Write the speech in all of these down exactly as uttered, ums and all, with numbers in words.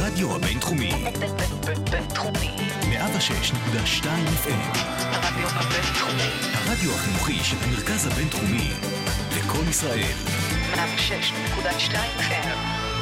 הרדיו הבינתחומי. בינתחומי. מאה ושש נקודה שתיים אף אם. הרדיו הבינתחומי. הרדיו החינוכי של המרכז הבינתחומי. לכל ישראל. מאה ושש נקודה שתיים אף אם.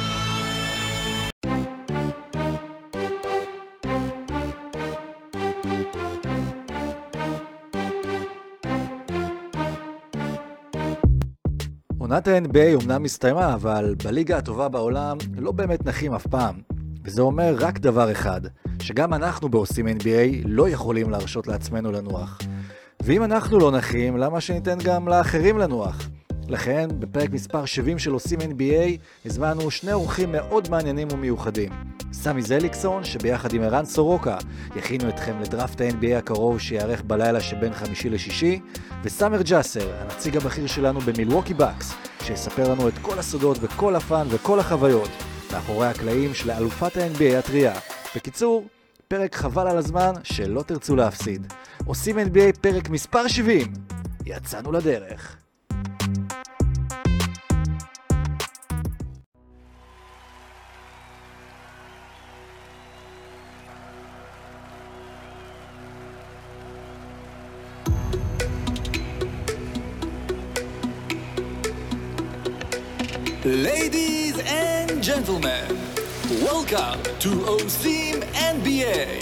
עונת ה-אן בי איי אומנם מסתיימה, אבל בליגה הטובה בעולם לא באמת נחים אף פעם. וזה אומר רק דבר אחד, שגם אנחנו בעושים אן בי איי לא יכולים להרשות לעצמנו לנוח. ואם אנחנו לא נחים, למה שניתן גם לאחרים לנוח? לכן, בפרק מספר שבעים של עושים אן בי איי, הזמנו שני אורחים מאוד מעניינים ומיוחדים. סמי זליקסון, שביחד עם ערן סורוקה, יכינו אתכם לדראפט ה-אן בי איי הקרוב שיערך בלילה שבין חמישי לשישי, וסאמר ג'אסר, הנציג הבכיר שלנו במילווקי בקס, שיספר לנו את כל הסודות וכל הפן וכל החוויות, מאחורי הקלעים של אלופת ה-אן בי איי הטריה. בקיצור, פרק חבל על הזמן שלא תרצו להפסיד. עושים אן בי איי פרק מספר שבעים. יצאנו לדרך. Ladies and gentlemen, welcome to OSIM אן בי איי.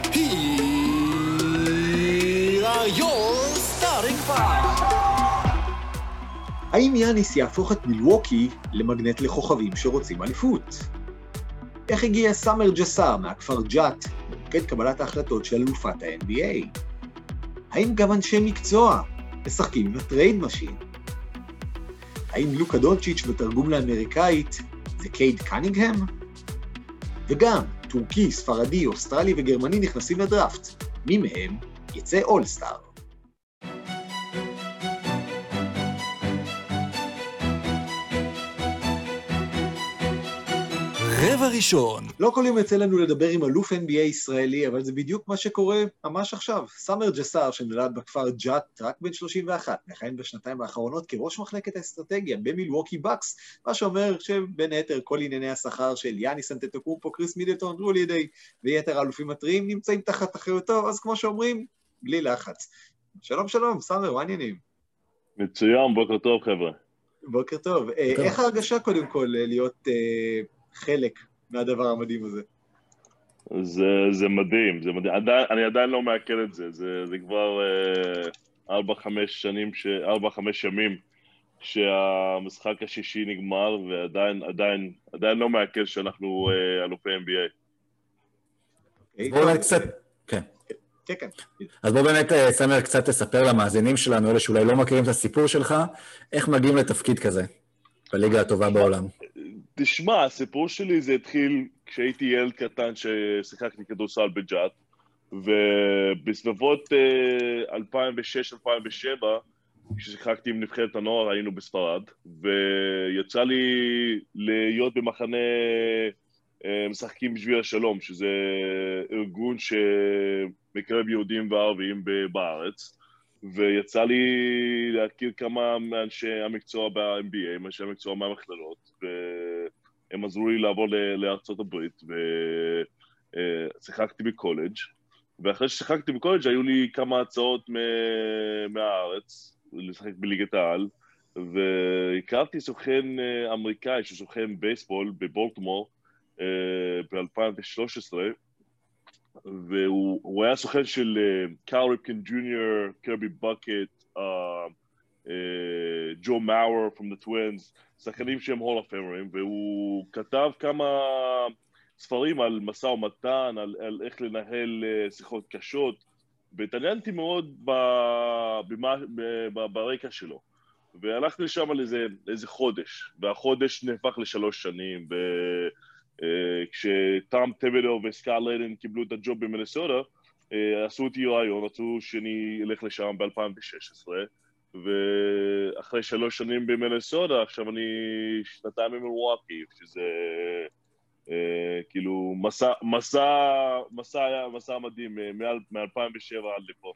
Here are your starting five. האם יאניס יהפוך את מילווקי למגנט לכוכבים שרוצים אליפות? איך הגיע סאמר ג'סאר מהכפר ג'אט למוקד קבלת ההחלטות של אלופת ה-אן בי איי? האם גם אנשי מקצוע משחקים עם הטרייד משין? האם לוקה דונצ'יץ' בתרגום לאמריקאית זה קייד קנינגהם? וגם טורקי, ספרדי, אוסטרלי וגרמני נכנסים לדראפט. מי מהם יצא אולסטאר? רבע ראשון. לא כל יום יצא לנו לדבר עם אלוף אן בי איי ישראלי, אבל זה בדיוק מה שקורה ממש עכשיו. סאמר ג'סאר, שנולד בכפר ג'אט, רק בן שלושים ואחת, מכהן בשנתיים האחרונות כראש מחלקת האסטרטגיה במילווקי בקס, מה שאומר שבין היתר כל ענייני השכר של יאניס אנטטוקומפו, קריס מידלטון, דרו לידי ויתר האלופים הטריים נמצאים תחת אחריותו, אז כמו שאומרים, בלי לחץ. שלום שלום, סאמר, מה העניינים? מצוין, בוקר טוב חבר'ה. בוקר טוב. איך ההרגשה קודם כל להיות חלק מהדבר המדהים הזה? זה, זה מדהים, זה מדהים. עדיין, אני עדיין לא מעכל את זה, זה, זה כבר ארבע, חמש שנים, ש... ארבע, חמש ימים שהמשחק השישי נגמר, ועדיין, עדיין, עדיין לא מעכל שאנחנו אלופי אן בי איי. בואו נגיד קצת, כן. כן, כן. אז בואו באמת, סאמר, קצת תספר למאזינים שלנו, אלה שאולי לא מכירים את הסיפור שלך, איך מגיעים לתפקיד כזה, בליגה הטובה בעולם? תשמע, הסיפור שלי זה התחיל כשהייתי ילד קטן ששיחקתי כדורסל בג'אט, ובסביבות אלפיים ושש אלפיים ושבע, כששיחקתי עם נבחרת הנוער, היינו בספרד, ויצא לי להיות במחנה משחקים בשביל השלום, שזה ארגון שמקרב יהודים וערבים בארץ, ויצא לי להכיר כמה מאנשי המקצוע ב-אן בי איי, מאנשי המקצוע מהמכללות, והם עזרו לי לעבור לארצות הברית, ושיחקתי בקולג', ואחרי ששיחקתי בקולג' היו לי כמה הצעות מהארץ, לשחק בליגת העל, והכרתי סוכן אמריקאי, שסוכן בייסבול בבולטימור, ב-אלפיים ושלוש עשרה, והוא היה סוכן של קאל ריפקין ג'וניור, קרבי בקט, ג'ו מאואר from the Twins, שחקנים שהם הול אוף פיימרים, והוא כתב כמה ספרים על משא ומתן, על, על איך לנהל שיחות קשות, והתעניינתי מאוד במה, ברקע שלו. והלכתי לשם על איזה, איזה חודש, והחודש נהפך לשלוש שנים, ו... כשטאם טבדו וסקאר ליידן קיבלו את הג'וב במינסוטה, עשו אותי רעיון, רצו שאני אלך לשם ב-אלפיים ושש עשרה, ואחרי שלוש שנים במינסוטה, עכשיו אני שנתיים במילווקי, שזה כאילו מסע, מסע, מסע, מסע מדהים, מ-אלפיים ושבע עד לפה.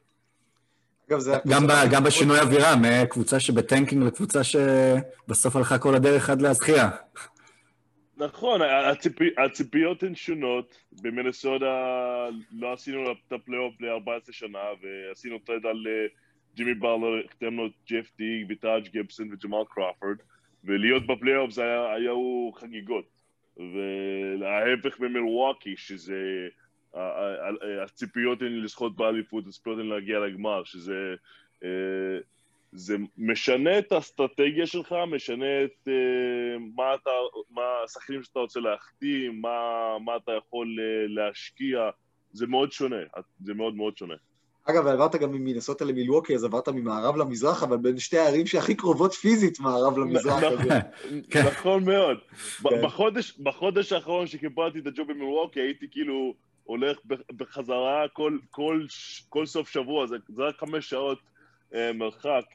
גם בשינוי אווירה, מקבוצה שבטנקינג לקבוצה שבסוף הלכה כל הדרך עד להזכייה. נכון, הציפי, הציפיות הן שונות. במינסודה לא עשינו את הפלייאוף ל-ארבע עשרה שנה, ועשינו טרייד על ג'ימי ברלר, החתמנו את ג'ף טיג וטאג' גיבסון וג'מאל קראפורד, ולהיות בפלייאוף זה היה, היו חגיגות. וההפך במילווקי, שזה הציפיות הן לזכות באליפות, הציפיות הן להגיע לגמר, שזה זה משנה את האסטרטגיה שלך, משנה את uh, מה, אתה, מה השחקנים שאתה רוצה להחתים, מה, מה אתה יכול uh, להשקיע, זה מאוד שונה, זה מאוד מאוד שונה. אגב, עברת גם ממינסוטה למילווקי, אז עברת ממערב למזרח, אבל בין שתי הערים שהכי קרובות פיזית מערב למזרח. נכון מאוד. בחודש, בחודש האחרון שקיבלתי את הג'וב במילווקי, הייתי כאילו הולך בחזרה כל, כל, כל סוף שבוע, זה, זה רק חמש שעות, מרחק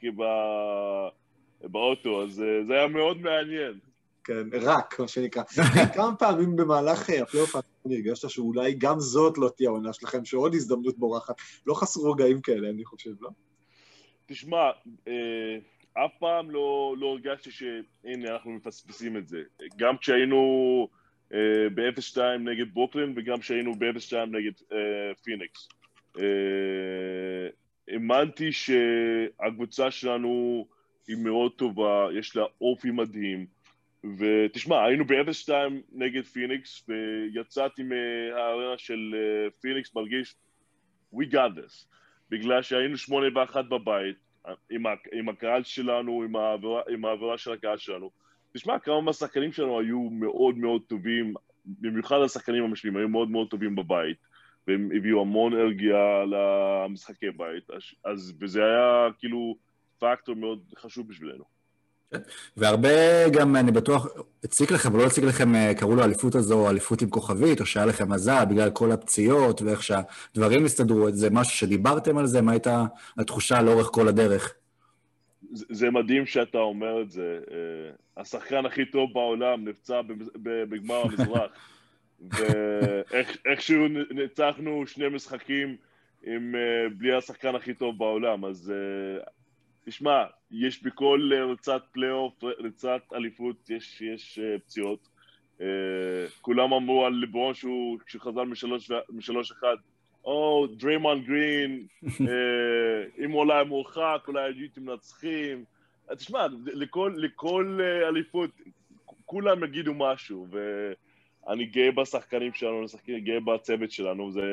באוטו, אז זה היה מאוד מעניין. כן, רק, מה שנקרא. כמה פעמים במהלך הפלייאוף הרגשת שאולי גם זאת לא תהיה העונה שלכם, שעוד הזדמנות בורחת. לא חסרו רגעים כאלה, אני חושב, לא? תשמע, אף פעם לא הרגשתי שהנה, אנחנו מפספסים את זה. גם כשהיינו ב-אפס שתיים נגד ברוקלין, וגם כשהיינו ב-אפס שתיים נגד פיניקס. האמנתי שהקבוצה שלנו היא מאוד טובה, יש לה אופי מדהים, ותשמע, היינו ב-אפס שתיים נגד פיניקס, ויצאתי מהארנה של פיניקס מרגיש, we got this, בגלל שהיינו שמונה ואחת בבית, עם, עם הקהל שלנו, עם העבירה, עם העבירה של הקהל שלנו. תשמע, כמה מהשחקנים שלנו היו מאוד מאוד טובים, במיוחד השחקנים המשלים, היו מאוד מאוד טובים בבית. והם הביאו המון אנרגיה למשחקי בית, אז וזה היה כאילו פקטור מאוד חשוב בשבילנו. והרבה גם, אני בטוח, הציק לכם, או לא הציק לכם, קראו לו אליפות הזו, אליפות עם כוכבית, או שהיה לכם מזל בגלל כל הפציעות, ואיך שהדברים הסתדרו, זה משהו שדיברתם על זה, מה הייתה התחושה לאורך כל הדרך? זה, זה מדהים שאתה אומר את זה. השחקן הכי טוב בעולם נפצע בגמר המזרח. ואיכשהו ניצחנו שני משחקים עם, בלי השחקן הכי טוב בעולם, אז תשמע, יש בכל רצת פלייאוף, רצת אליפות, יש, יש פציעות. כולם אמרו על לברון שהוא, כשחזר משלוש אחד, או, דריימונד גרין, אם אולי היה מורחק, אולי הייתם מנצחים. תשמע, לכל, לכל אליפות, כולם יגידו משהו, ו... אני גאה בשחקנים שלנו, אני גאה בצוות שלנו, זה...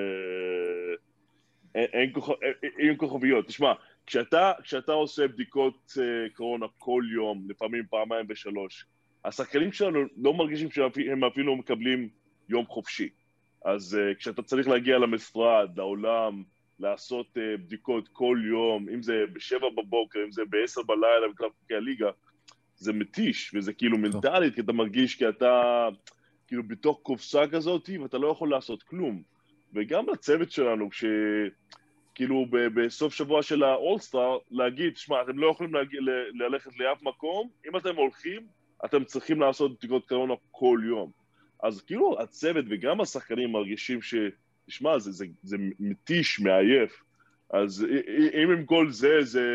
אין, אין, כוכב... אין כוכביות. תשמע, כשאתה, כשאתה עושה בדיקות קורונה כל יום, לפעמים פעמיים בשלוש, השחקנים שלנו לא מרגישים שהם אפילו מקבלים יום חופשי. אז כשאתה צריך להגיע למשרד, לעולם, לעשות בדיקות כל יום, אם זה בשבע בבוקר, אם זה בעשר בלילה, בקלב חוקי הליגה, זה מתיש, וזה כאילו מנטלית, כי אתה מרגיש כי אתה... כאילו בתוך קופסה כזאת, ואתה לא יכול לעשות כלום. וגם לצוות שלנו, כשכאילו בסוף שבוע של האולסטאר, להגיד, שמע, אתם לא יכולים להגיע, ללכת לאף מקום, אם אתם הולכים, אתם צריכים לעשות בדיקות קורונה כל יום. אז כאילו הצוות וגם השחקנים מרגישים ש... תשמע, זה, זה, זה מתיש, מעייף. אז אם עם כל זה, זה,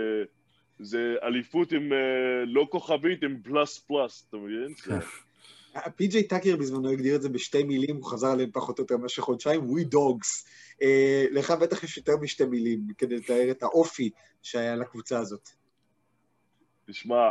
זה אליפות עם לא כוכבית, עם פלוס פלוס, אתה מבין? פי.ג'יי טאקר בזמנו הגדיר את זה בשתי מילים, הוא חזר עליהם פחות או יותר במשך חודשיים, We Dogs. לך בטח יש יותר משתי מילים, כדי לתאר את האופי שהיה לקבוצה הזאת. תשמע,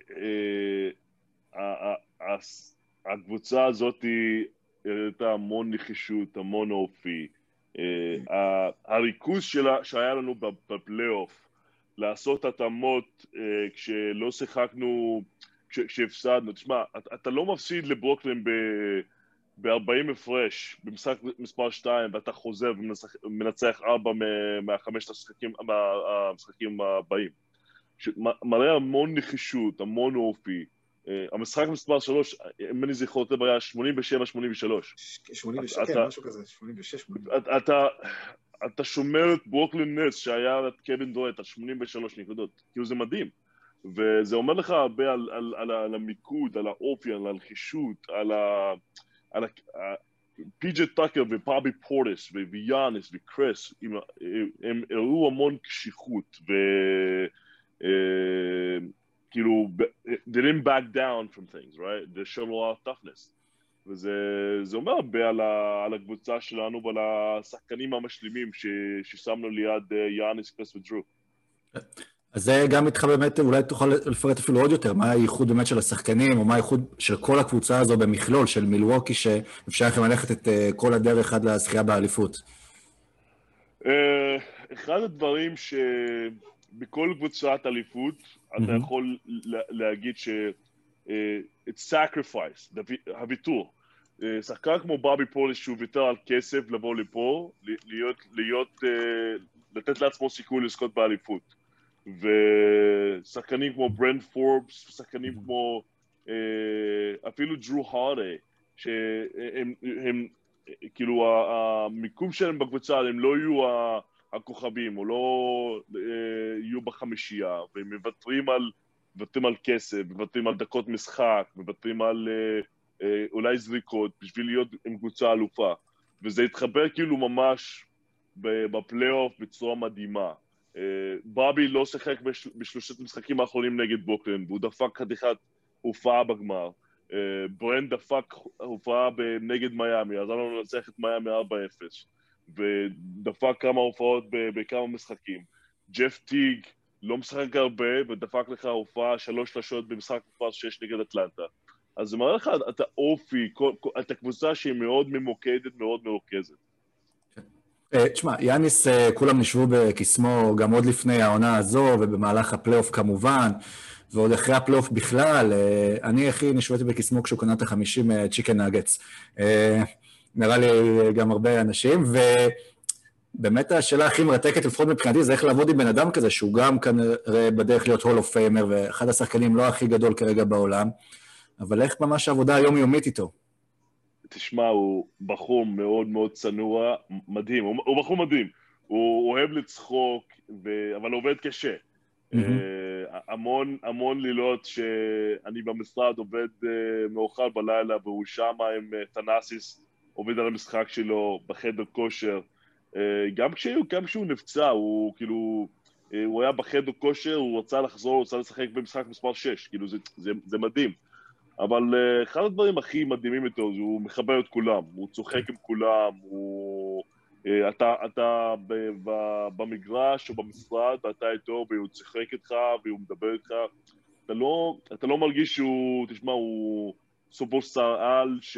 הקבוצה הזאת הראתה המון נחישות, המון אופי. הריכוז שהיה לנו בפלייאוף, לעשות התאמות כשלא שיחקנו, כשהפסדנו, תשמע, אתה לא מפסיד לברוקלין ב-ארבעים הפרש, במשחק מספר שתיים, ואתה חוזר ומנצח ארבע מהחמשת המשחקים הבאים. מראה המון נחישות, המון אופי. המשחק מספר שלוש, אם אני זכור, זה היה שמונים ושבע שמונים ושלוש. שמונים ושש, כן, משהו כזה, שמונים ושש. אתה שומר את ברוקלין נץ, שהיה את קווין דורנט, על שמונים ושלוש נקודות, כאילו זה מדהים. וזה אומר לך הרבה על, על, על, על המיקוד, על האופי, על הלחישות, על ה... על ה... פי.ג'יי טאקר ובובי פורטס ויאניס וקריס, הם, הם הראו המון קשיחות, כאילו, they didn't back down from things, right? They showed a lot of toughness. וזה זה אומר הרבה על, ה, על הקבוצה שלנו ועל השחקנים המשלימים ש, ששמנו ליד יאניס, קריס ודרו. אז זה גם איתך באמת, אולי תוכל לפרט אפילו עוד יותר, מה הייחוד באמת של השחקנים, או מה הייחוד של כל הקבוצה הזו במכלול, של מילווקי, שאפשר לכם ללכת את כל הדרך עד לזכייה באליפות? אחד הדברים שבכל קבוצת אליפות, אתה יכול להגיד ש... it's sacrifice, הוויתור. שחקן כמו בובי פוליש שהוא ויתר על כסף לבוא לפה, להיות, להיות, לתת לעצמו סיכוי לזכות באליפות. ושחקנים כמו ברנד פורבס, שחקנים כמו אפילו ג'רו הרדי, שהם, הם, כאילו המיקום שלהם בקבוצה, הם לא יהיו הכוכבים, או לא יהיו בחמישייה, והם מוותרים על מוותרים על כסף, מוותרים על דקות משחק, מוותרים על אה, אה, אולי זריקות, בשביל להיות עם קבוצה אלופה. וזה התחבר כאילו ממש בפלייאוף בצורה מדהימה. אה, בובי לא שיחק בש, בשלושת המשחקים האחרונים נגד ברוקלין, והוא דפק חתיכת הופעה בגמר. אה, ברנד דפק הופעה נגד מיאמי, עזר לנו לנצח את מיאמי ארבע אפס, ודפק כמה הופעות בכמה משחקים. ג'ף טיג, לא משחק הרבה, ודפק לך הופעה שלוש שלשות במשחק מספר שש נגד אטלנטה. אז זה מראה לך את האופי, את הקבוצה שהיא מאוד ממוקדת, מאוד מרוכזת. תשמע, יאניס, כולם נשבו בקסמו גם עוד לפני העונה הזו, ובמהלך הפלייאוף כמובן, ועוד אחרי הפלייאוף בכלל. אני הכי נשבתי בקסמו כשהוא קנה את החמישים צ'יקן נאגטס. נראה לי גם הרבה אנשים, ו... באמת השאלה הכי מרתקת, לפחות מבחינתי, זה איך לעבוד עם בן אדם כזה, שהוא גם כנראה בדרך להיות הול אוף פיימר, ואחד השחקנים לא הכי גדול כרגע בעולם, אבל איך ממש העבודה היומיומית איתו? תשמע, הוא בחור מאוד מאוד צנוע, מדהים, הוא, הוא בחור מדהים, הוא אוהב לצחוק, ו... אבל עובד קשה. Mm-hmm. המון, המון לילות שאני במשרד עובד מאוחר בלילה, והוא שם עם תנאסיס, עובד על המשחק שלו בחדר כושר, גם כשהוא, גם כשהוא נפצע, הוא כאילו, הוא היה בחדר כושר, הוא רצה לחזור, הוא רצה לשחק במשחק מספר שש, כאילו זה, זה, זה מדהים. אבל אחד הדברים הכי מדהימים איתו, הוא מחבר את כולם, הוא צוחק עם כולם, הוא, אתה, אתה ב, ב, במגרש או במשרד, ואתה איתו, והוא צוחק איתך, והוא מדבר איתך, אתה לא, אתה לא מרגיש שהוא, תשמע, הוא סופרסטאר על ש...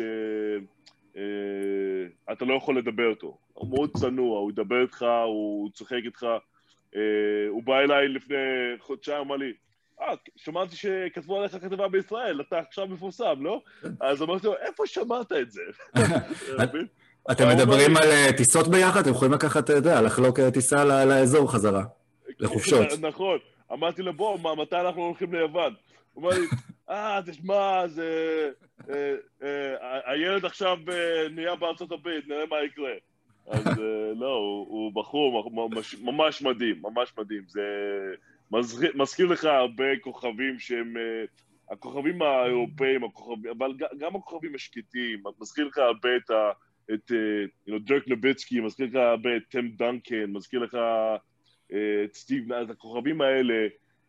Uh, אתה לא יכול לדבר אותו, הוא מאוד צנוע, הוא ידבר איתך, הוא צוחק איתך, uh, הוא בא אליי לפני חודשיים, אמר לי, אה, שמעתי שכתבו עליך כתבה בישראל, אתה עכשיו מפורסם, לא? אז אמרתי לו, איפה שמעת את זה? אתם מדברים על טיסות ביחד, אתם יכולים לקחת, אתה יודע, לחלוק טיסה לאזור חזרה, לחופשות. נכון, אמרתי לו, בוא, מתי אנחנו הולכים ליוון? הוא אמר לי, אה, תשמע, זה... הילד עכשיו נהיה בארצות הברית, נראה מה יקרה. אז לא, הוא בחור ממש מדהים, ממש מדהים. זה מזכיר לך הרבה כוכבים שהם, הכוכבים האירופאים, אבל גם הכוכבים השקטים, מזכיר לך הרבה את דרק נוביצקי, מזכיר לך הרבה את טם דנקן, מזכיר לך את סטיב, את הכוכבים האלה,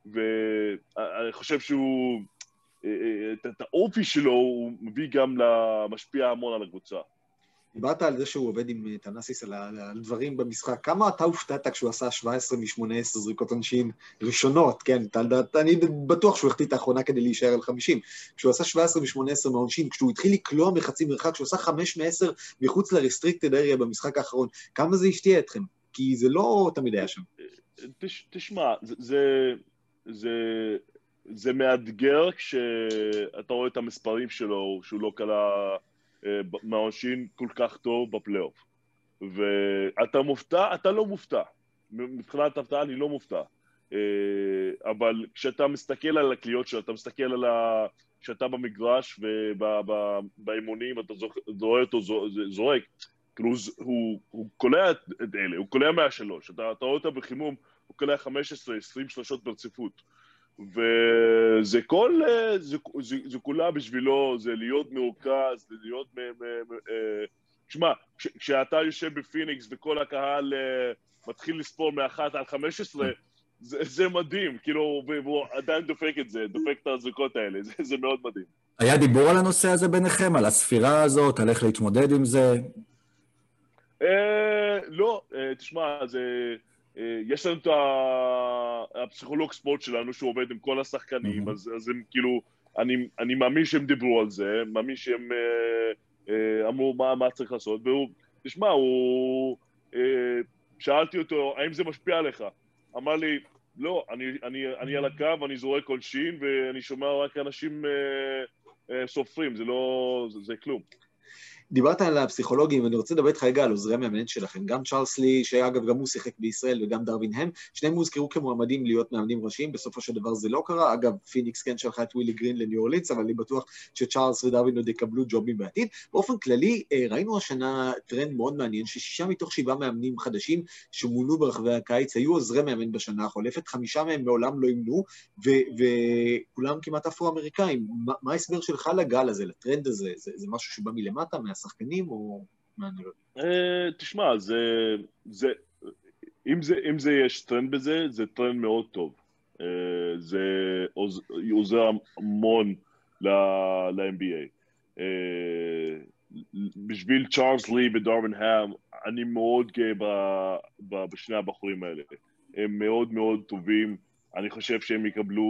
ואני חושב שהוא... את האופי שלו הוא מביא גם למשפיע המון על הקבוצה. דיברת על זה שהוא עובד עם תנאסיס על הדברים במשחק. כמה אתה הופתעת כשהוא עשה שבע עשרה משמונה עשרה זריקות עונשין ראשונות, כן? אני בטוח שהוא החטיא את האחרונה כדי להישאר על חמישים. כשהוא עשה שבע עשרה משמונה עשרה מעונשין, כשהוא התחיל לקלוע מחצי מרחק, כשהוא עשה חמש מעשר מחוץ לרסטריקטד אריה במשחק האחרון, כמה זה הפתיע אתכם? כי זה לא תמיד היה שם. תשמע, זה... זה... זה מאתגר כשאתה רואה את המספרים שלו, שהוא לא קלה מעונשין כל כך טוב בפלייאוף. ואתה מופתע, אתה לא מופתע. מבחינת הפתעה אני לא מופתע. אבל כשאתה מסתכל על הקליות שלו, אתה מסתכל על ה... כשאתה במגרש ובאימונים, אתה רואה אותו זורק, כאילו הוא, הוא קולע את אלה, הוא קולע מהשלוש. אתה, אתה רואה אותו בחימום, הוא קולע חמש עשרה עשרים שלושות ברציפות. וזה כל, זה, זה, זה כולה בשבילו, זה להיות מרוכז, זה להיות, תשמע, כשאתה יושב בפיניקס וכל הקהל מתחיל לספור מאחת עד חמש עשרה, זה, זה מדהים, כאילו, והוא עדיין דופק את זה, דופק את הזריקות האלה, זה, זה מאוד מדהים. היה דיבור על הנושא הזה ביניכם, על הספירה הזאת, על איך להתמודד עם זה? אה, לא, אה, תשמע, זה, אה, יש לנו את הפסיכולוג ספורט שלנו, שהוא עובד עם כל השחקנים, אז, אז הם כאילו, אני, אני מאמין שהם דיברו על זה, מאמין שהם אה, אה, אמרו מה, מה צריך לעשות, והוא, תשמע, הוא, אה, שאלתי אותו, האם זה משפיע עליך? אמר לי, לא, אני, אני, אני על הקו, אני זורק עונשין, ואני שומע רק אנשים אה, אה, סופרים, זה לא, זה, זה כלום. דיברת על הפסיכולוגים, ואני רוצה לדבר איתך רגע על עוזרי מאמן שלכם. גם צ'ארלס לי, שאגב גם הוא שיחק בישראל, וגם דרווין הם, שניהם הוזכרו כמועמדים להיות מאמנים ראשיים, בסופו של דבר זה לא קרה. אגב, פיניקס כן שלחה את ווילי גרין לניו אורלינס, אבל אני בטוח שצ'ארלס ודרווין עוד יקבלו ג'ובים בעתיד. באופן כללי, ראינו השנה טרנד מאוד מעניין, ששישה מתוך שבעה מאמנים חדשים שמונו ברחבי הקיץ, היו עוזרי מאמן בשנה החולפת, חמישה מהם מעולם לא ימנו, וכולם כמעט אפרו-אמריקאים. מה ההסבר שלך לגל הזה, לטרנד הזה? זה, זה משהו שבא מלמטה, מהשחקנים, או מה אני לא יודע? תשמע, זה, זה, אם זה, אם זה יש טרנד בזה, זה טרנד מאוד טוב. זה עוזר המון ל-אן בי איי. בשביל צ'ארלס לי ודרווין האם, אני מאוד גאה בשני הבחורים האלה. הם מאוד מאוד טובים. אני חושב שהם יקבלו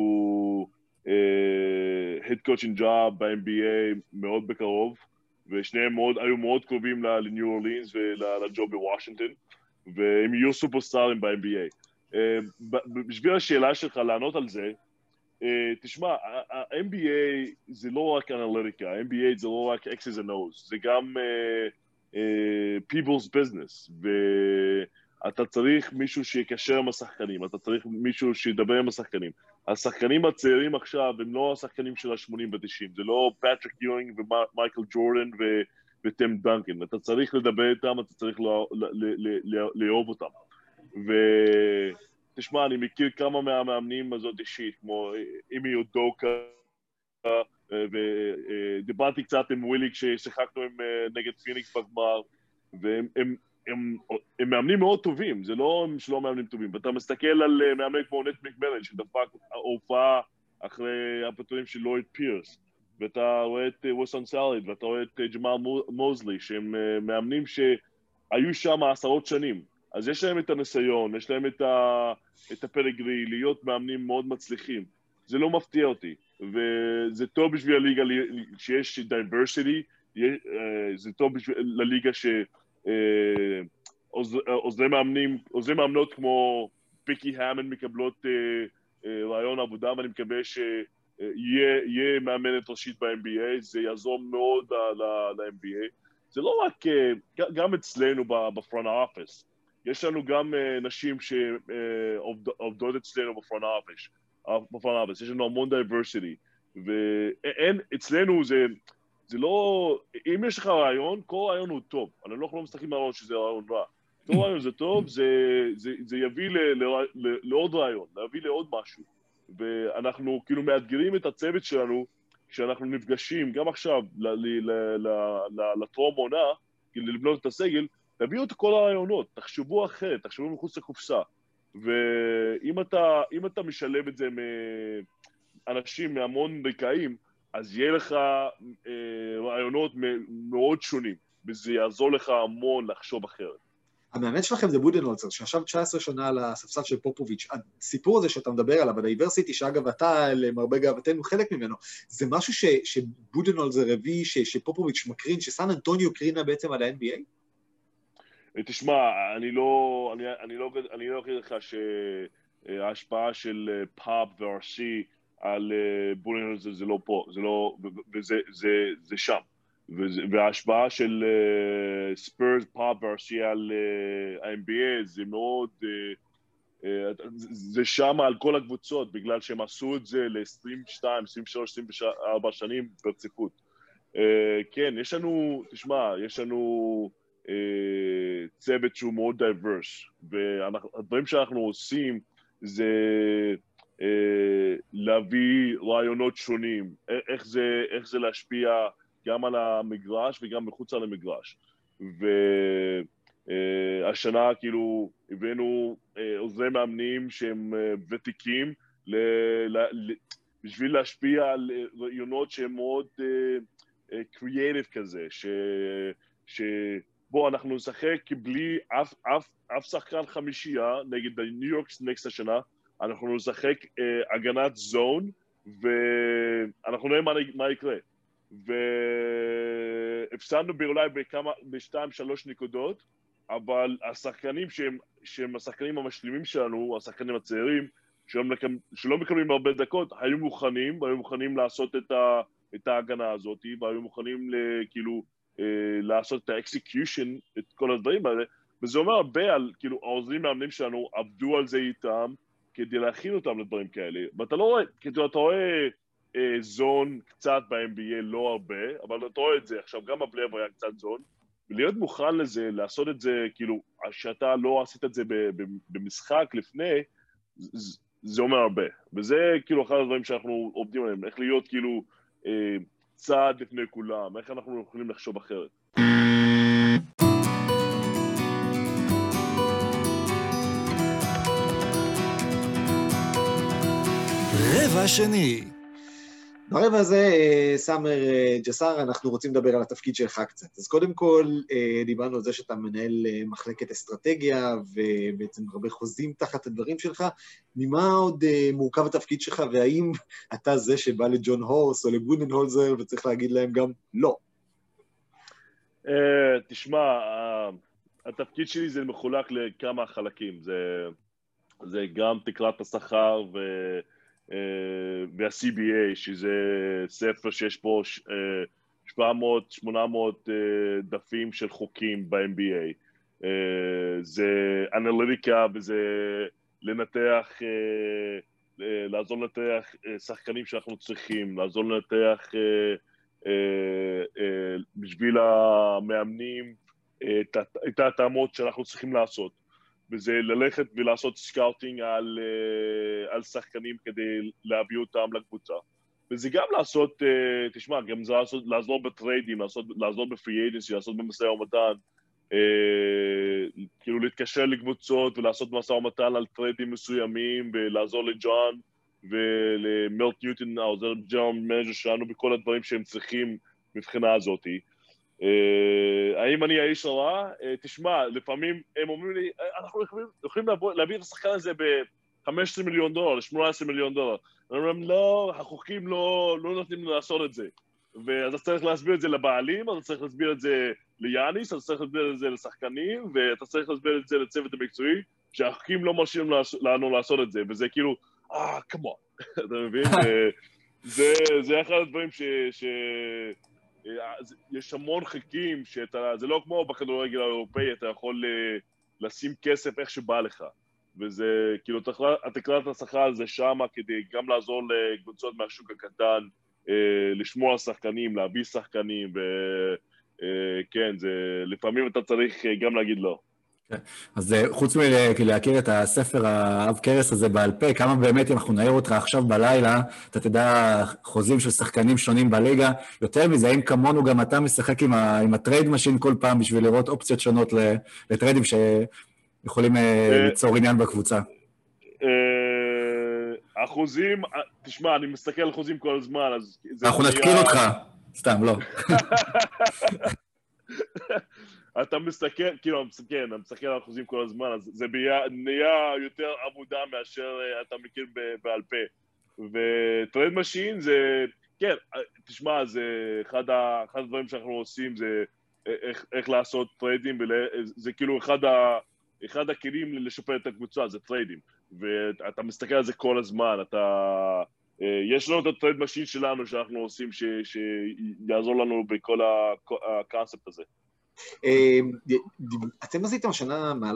head coaching job ב-אן בי איי מאוד בקרוב. ושניהם מאוד, היו מאוד קרובים לניו אורלינס ולג'וב בוושינגטון, והם יהיו סופרסטארים ב-אן בי איי. בשביל השאלה שלך לענות על זה, תשמע, ה-אן בי איי זה לא רק אנליטיקה, ה-אן בי איי זה לא רק X's and O's, זה גם people's business, ואתה צריך מישהו שיקשר עם השחקנים, אתה צריך מישהו שידבר עם השחקנים. השחקנים הצעירים עכשיו הם לא השחקנים של ה-שמונים ו-תשעים, זה לא פטריק יואינג ומייקל ג'ורדן וטים דנקן, אתה צריך לדבר איתם, אתה צריך לאהוב אותם. ותשמע, אני מכיר כמה מהמאמנים הזאת אישית, כמו אימי יודוקה, ודיברתי קצת עם ווילי כששיחקנו נגד פיניקס בגמר, והם הם הם, הם מאמנים מאוד טובים, זה לא שלא מאמנים טובים, ואתה מסתכל על מאמנים כמו נט מקמלן, שדפק הופעה אחרי הפיטורים של לויד פירס, ואתה רואה את וויסון סאליד, ואתה רואה את ג'מאל מוזלי, שהם מאמנים שהיו שם עשרות שנים, אז יש להם את הניסיון, יש להם את, ה, את הפלגרי, להיות מאמנים מאוד מצליחים, זה לא מפתיע אותי, וזה טוב בשביל הליגה שיש diversity, זה טוב בשביל לליגה ש... עוזרי מאמנים, עוזרי מאמנות כמו פיקי המון מקבלות רעיון עבודה, ואני מקווה שיהיה מאמנת ראשית ב-אן בי איי, זה יעזור מאוד ל-אן בי איי. זה לא רק, גם אצלנו בפרונט אופיס, יש לנו גם נשים שעובדות אצלנו בפרונט אופיס, יש לנו המון דייברסיטי, ואצלנו זה... זה לא, אם יש לך רעיון, כל רעיון הוא טוב. אני לא יכול להסתכל רעיון שזה רעיון רע. כל רעיון זה טוב, זה, זה, זה יביא ל, ל, ל, לעוד רעיון, להביא לעוד משהו. ואנחנו כאילו מאתגרים את הצוות שלנו, כשאנחנו נפגשים, גם עכשיו, לטרום עונה, כאילו לבנות את הסגל, תביאו את כל הרעיונות, תחשבו אחרת, תחשבו מחוץ לקופסה. ואם אתה, אם אתה משלב את זה מאנשים מהמון רקעים, אז יהיה לך אה, רעיונות מאוד שונים, וזה יעזור לך המון לחשוב אחרת. המאמן שלכם זה בודנהולצר, שישב תשע עשרה שנה על הספסל של פופוביץ'. הסיפור הזה שאתה מדבר עליו, הדייברסיטי, שאגב אתה, למרבה גאוותנו, חלק ממנו, זה משהו ש, שבודנהולצר הביא, ש, שפופוביץ' מקרין, שסן אנטוניו קרינה בעצם על ה-אן בי איי? תשמע, אני לא, אני, אני לא, אני לא אגיד לך שההשפעה של פאפ וארסי, על בודנהולצר זה לא פה, זה לא, וזה, זה, זה שם. וההשפעה של ספרס, פאפ וארסי על ה-אן בי איי זה מאוד, זה שם על כל הקבוצות, בגלל שהם עשו את זה ל-עשרים ושתיים, עשרים ושלוש, עשרים וארבע שנים ברציפות. כן, יש לנו, תשמע, יש לנו צוות שהוא מאוד דייברס, והדברים שאנחנו עושים זה להביא רעיונות שונים, איך זה, איך זה להשפיע גם על המגרש וגם מחוץ על המגרש. אה, השנה כאילו הבאנו אה, עוזרי מאמנים שהם אה, ותיקים ל, ל, ל, בשביל להשפיע על רעיונות שהם מאוד קריאטיב uh, uh, כזה, ש, שבו אנחנו נשחק בלי אף, אף, אף שחקן חמישייה נגד ניו יורק ניקס השנה, אנחנו נשחק uh, הגנת זון, ואנחנו נראה מה, מה יקרה. והפסדנו אולי בכמה, בשתיים, שלוש נקודות, אבל השחקנים שהם, שהם השחקנים המשלימים שלנו, השחקנים הצעירים, שלא מקבלים הרבה דקות, היו מוכנים, היו מוכנים לעשות את, ה, את ההגנה הזאת, והיו מוכנים כאילו, לעשות את האקסקיושן, את כל הדברים האלה, וזה אומר הרבה על, כאילו, העוזרים מאמנים שלנו עבדו על זה איתם, כדי להכין אותם לדברים כאלה, ואתה לא רואה, כאילו, אתה רואה אה, זון קצת ב-אן בי איי, לא הרבה, אבל אתה רואה את זה, עכשיו גם הבלב היה קצת זון, ולהיות מוכן לזה, לעשות את זה, כאילו, שאתה לא עשית את זה במשחק לפני, זה אומר הרבה, וזה כאילו אחד הדברים שאנחנו עובדים עליהם, איך להיות כאילו אה, צעד לפני כולם, איך אנחנו יכולים לחשוב אחרת. רבע שני. ברבע הזה, סאמר ג'סאר, אנחנו רוצים לדבר על התפקיד שלך קצת. אז קודם כל, דיברנו על זה שאתה מנהל מחלקת אסטרטגיה, ובעצם הרבה חוזים תחת הדברים שלך. ממה עוד מורכב התפקיד שלך, והאם אתה זה שבא לג'ון הורס או לבודנהולזר, וצריך להגיד להם גם לא? תשמע, התפקיד שלי זה מחולק לכמה חלקים. זה גם תקרת השכר ו... וה-סי בי איי, שזה ספר שיש פה שבע מאות שמונה מאות דפים של חוקים ב-אן בי איי. זה אנליטיקה וזה לנתח, לעזור לנתח שחקנים שאנחנו צריכים, לעזור לנתח בשביל המאמנים את ההתאמות שאנחנו צריכים לעשות. וזה ללכת ולעשות סקאוטינג על, uh, על שחקנים כדי להביא אותם לקבוצה. וזה גם לעשות, uh, תשמע, גם זה לעשות, לעזור בטריידים, לעשות, לעזור בפרי אייג'נסי, לעשות במשא ומתן, uh, כאילו להתקשר לקבוצות ולעשות משא ומתן על טריידים מסוימים, ולעזור לג'ון ולמלט ניוטון, העוזר ג'ון מנג'ר שלנו, בכל הדברים שהם צריכים מבחינה הזאת. Uh, האם אני האיש הרע? Uh, תשמע, לפעמים הם אומרים לי, אנחנו יכולים, יכולים להביא, להביא את השחקן הזה ב-חמישה עשר מיליון דולר, ל-שמונה עשרה מיליון דולר. הם אומרים, לא, החוקים לא, לא נותנים לעשות את זה. ואז אתה צריך להסביר את זה לבעלים, אז אתה צריך להסביר את זה ליאניס, אז אתה צריך להסביר את זה לשחקנים, ואתה צריך להסביר את זה לצוות המקצועי, שהחוקים לא מרשים לנו לעשות את זה, וזה כאילו, אה, כמון, אתה מבין? זה, זה אחד הדברים ש... ש... יש המון חלקים שאתה, זה לא כמו בכדורגל האירופאי, אתה יכול לשים כסף איך שבא לך, וזה כאילו, התקרת השכר זה שמה כדי גם לעזור לקבוצות מהשוק הקטן, לשמוע על שחקנים, להביא שחקנים, וכן, זה, לפעמים אתה צריך גם להגיד לא. אז חוץ מלהכיר את הספר האב קרס הזה בעל פה, כמה באמת אם אנחנו נעיר אותך עכשיו בלילה, אתה תדע חוזים של שחקנים שונים בליגה, יותר מזה, האם כמונו גם אתה משחק עם, ה, עם הטרייד משין כל פעם בשביל לראות אופציות שונות לטריידים שיכולים ליצור עניין בקבוצה? החוזים, תשמע, אני מסתכל על חוזים כל הזמן, אז... אנחנו נתקין אותך, סתם, לא. אתה מסתכל, כאילו, כן, אני מסתכל על אחוזים כל הזמן, אז זה נהיה יותר עבודה מאשר אתה מכיר בעל פה. וטרייד משין זה, כן, תשמע, זה אחד הדברים שאנחנו עושים, זה איך לעשות טריידים, וזה כאילו אחד הכלים לשפר את הקבוצה, זה טריידים. ואתה מסתכל על זה כל הזמן, אתה... יש לנו את הטרייד משין שלנו שאנחנו עושים, שיעזור לנו בכל הקונספט הזה. אתם עשיתם השנה מהלך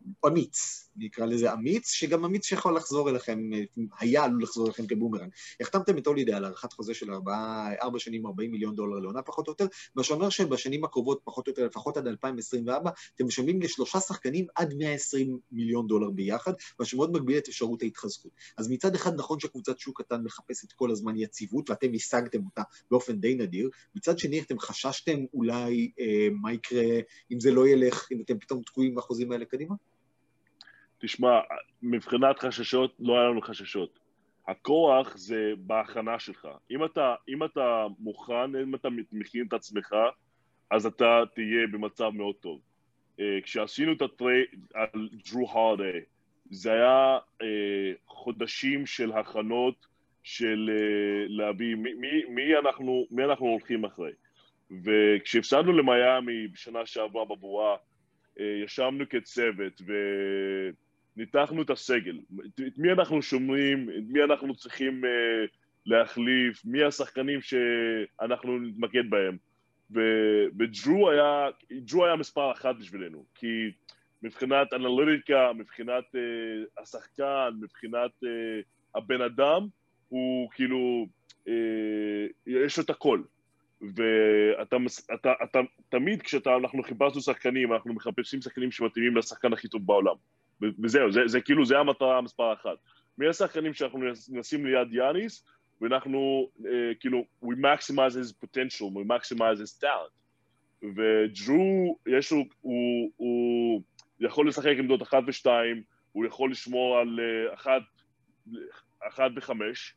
אמיץ, נקרא לזה אמיץ, שגם אמיץ שיכול לחזור אליכם, היה עלול לחזור אליכם כבומרנג. החתמתם את הולידיי על הערכת חוזה של ארבע שנים, ארבעים מיליון דולר לעונה פחות או יותר, מה שאומר שבשנים הקרובות פחות או יותר, לפחות עד אלפיים עשרים וארבע, אתם משלמים לשלושה שחקנים עד מאה ועשרים מיליון דולר ביחד, מה שמאוד מגביל את אפשרות ההתחזקות. אז מצד אחד נכון שקבוצת שוק קטן מחפשת כל הזמן יציבות, ואתם השגתם אותה באופן די נדיר, מצד שני אתם חששתם אולי אה, מה יקרה אם זה לא ילך, אם אתם פתאום תקועים בחוזים האלה קדימה? תשמע, מבחינת חששות, לא היה לנו חששות. הכוח זה בהכנה שלך. אם אתה, אם אתה מוכן, אם אתה מכין את עצמך, אז אתה תהיה במצב מאוד טוב. כשעשינו את הטרייד על דרו הורדיי, זה היה חודשים של הכנות של להביא מי, מי, אנחנו, מי אנחנו הולכים אחרי. וכשהפסדנו למיימי בשנה שעברה בבועה, ישבנו כצוות וניתחנו את הסגל. את מי אנחנו שומרים, את מי אנחנו צריכים להחליף, מי השחקנים שאנחנו נתמקד בהם. ודרו היה, דרו היה מספר אחת בשבילנו, כי מבחינת אנליטיקה, מבחינת uh, השחקן, מבחינת uh, הבן אדם, הוא כאילו, uh, יש לו את הכל. ואתה, אתה, אתה, תמיד כשאנחנו חיפשנו שחקנים, אנחנו מחפשים שחקנים שמתאימים לשחקן הכי טוב בעולם. וזהו, זה, זה כאילו, זה המטרה המספר אחת. מי השחקנים שאנחנו נשים ליד יאניס, ואנחנו, uh, כאילו, we maximize his potential, we maximize his talent. ודרו, יש לו, הוא, הוא יכול לשחק עמדות אחת ושתיים, הוא יכול לשמור על uh, אחת, אחת וחמש,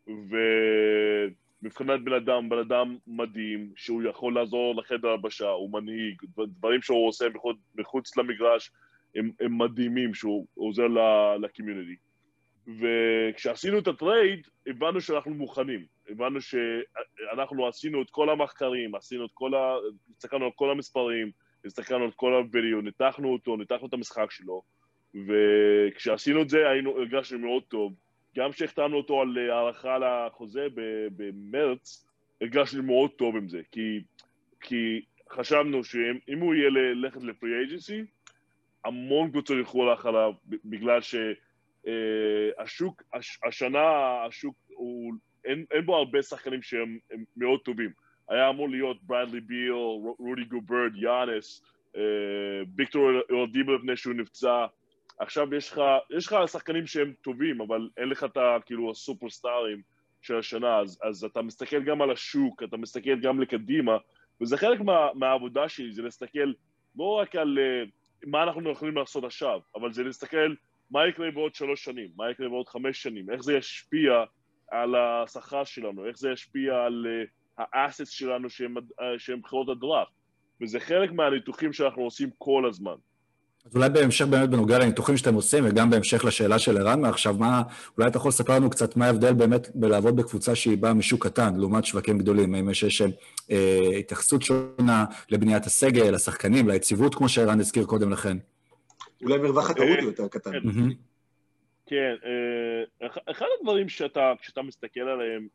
ומבחינת בן אדם, בן אדם מדהים, שהוא יכול לעזור לחדר הבשה, הוא מנהיג, דברים שהוא עושה מחוץ, מחוץ למגרש, הם, הם מדהימים, שהוא עוזר לקומיוניטי. וכשעשינו את הטרייד, הבנו שאנחנו מוכנים. הבנו שאנחנו עשינו את כל המחקרים, עשינו את כל ה... הסתכלנו על כל המספרים, הסתכלנו על כל הווידאו, ניתחנו אותו, ניתחנו את המשחק שלו, וכשעשינו את זה, היינו, הרגשנו מאוד טוב. גם כשהחתמנו אותו על הערכה לחוזה במרץ, הרגשנו מאוד טוב עם זה, כי, כי חשבנו שאם הוא יהיה ללכת לפרי אייג'נסי, המון קבוצות ילכו אחריו, בגלל ש... Uh, השוק, הש, השנה השוק, הוא, אין, אין בו הרבה שחקנים שהם מאוד טובים. היה אמור להיות ברדלי ביל, רודי גוברט, יאנס, uh, ויקטור אולדיבו לפני שהוא נפצע. עכשיו יש לך, יש לך שחקנים שהם טובים, אבל אין לך את כאילו הסופרסטארים של השנה, אז, אז אתה מסתכל גם על השוק, אתה מסתכל גם לקדימה, וזה חלק מה, מהעבודה שלי, זה להסתכל לא רק על uh, מה אנחנו יכולים לעשות עכשיו, אבל זה להסתכל מה יקרה בעוד שלוש שנים, מה יקרה בעוד חמש שנים, איך זה ישפיע על השכר שלנו, איך זה ישפיע על uh, האסטס שלנו שהם, uh, שהם בחירות הדראפט, וזה חלק מהניתוחים שאנחנו עושים כל הזמן. אז אולי בהמשך באמת בנוגע לניתוחים שאתם עושים, וגם בהמשך לשאלה של ערן מעכשיו, מה, אולי אתה יכול לספר לנו קצת מה ההבדל באמת בלעבוד בקבוצה שהיא באה משוק קטן, לעומת שווקים גדולים, האם יש יש אה, התייחסות שונה לבניית הסגל, לשחקנים, ליציבות, כמו שערן הזכיר קודם לכן. אולי מרווח הטעות הוא יותר קטן. כן, אחד הדברים שאתה, כשאתה מסתכל עליהם,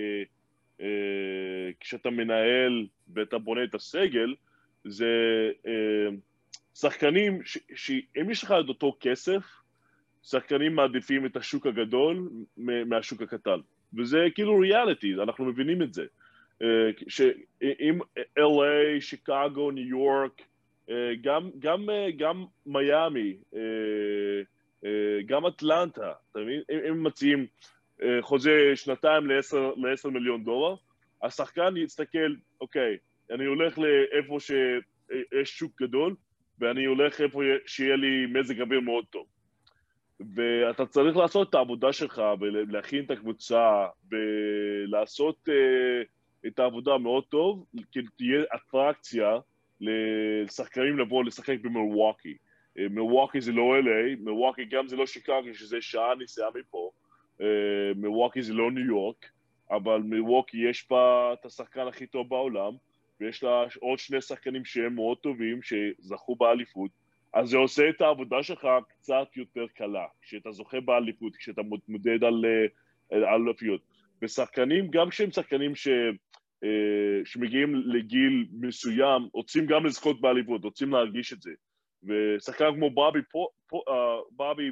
כשאתה מנהל ואתה בונה את הסגל, זה שחקנים, שאם יש לך את אותו כסף, שחקנים מעדיפים את השוק הגדול מהשוק הקטן. וזה כאילו ריאליטי, אנחנו מבינים את זה. שאם אל איי, שיקגו, ניו יורק, גם, גם, גם מיימי, גם אטלנטה, אתה מבין? הם מציעים חוזה שנתיים לעשר מיליון דולר, השחקן יסתכל, אוקיי, אני הולך לאיפה שיש שוק גדול, ואני הולך איפה שיהיה לי מזג אוויר מאוד טוב. ואתה צריך לעשות את העבודה שלך, ולהכין את הקבוצה, ולעשות את העבודה מאוד טוב, כי תהיה אטרקציה, לשחקנים לבוא לשחק במילווקי. מילווקי זה לא אל איי, מילווקי גם זה לא שיקגו, שזה שעה נסיעה מפה. מילווקי זה לא ניו יורק, אבל מילווקי יש בה את השחקן הכי טוב בעולם, ויש לה עוד שני שחקנים שהם מאוד טובים, שזכו באליפות, אז זה עושה את העבודה שלך קצת יותר קלה, כשאתה זוכה באליפות, כשאתה מודד על אליפויות. ושחקנים, גם כשהם שחקנים ש... שמגיעים לגיל מסוים, רוצים גם לזכות באליפות, רוצים להרגיש את זה. ושחקן כמו בובי, בובי,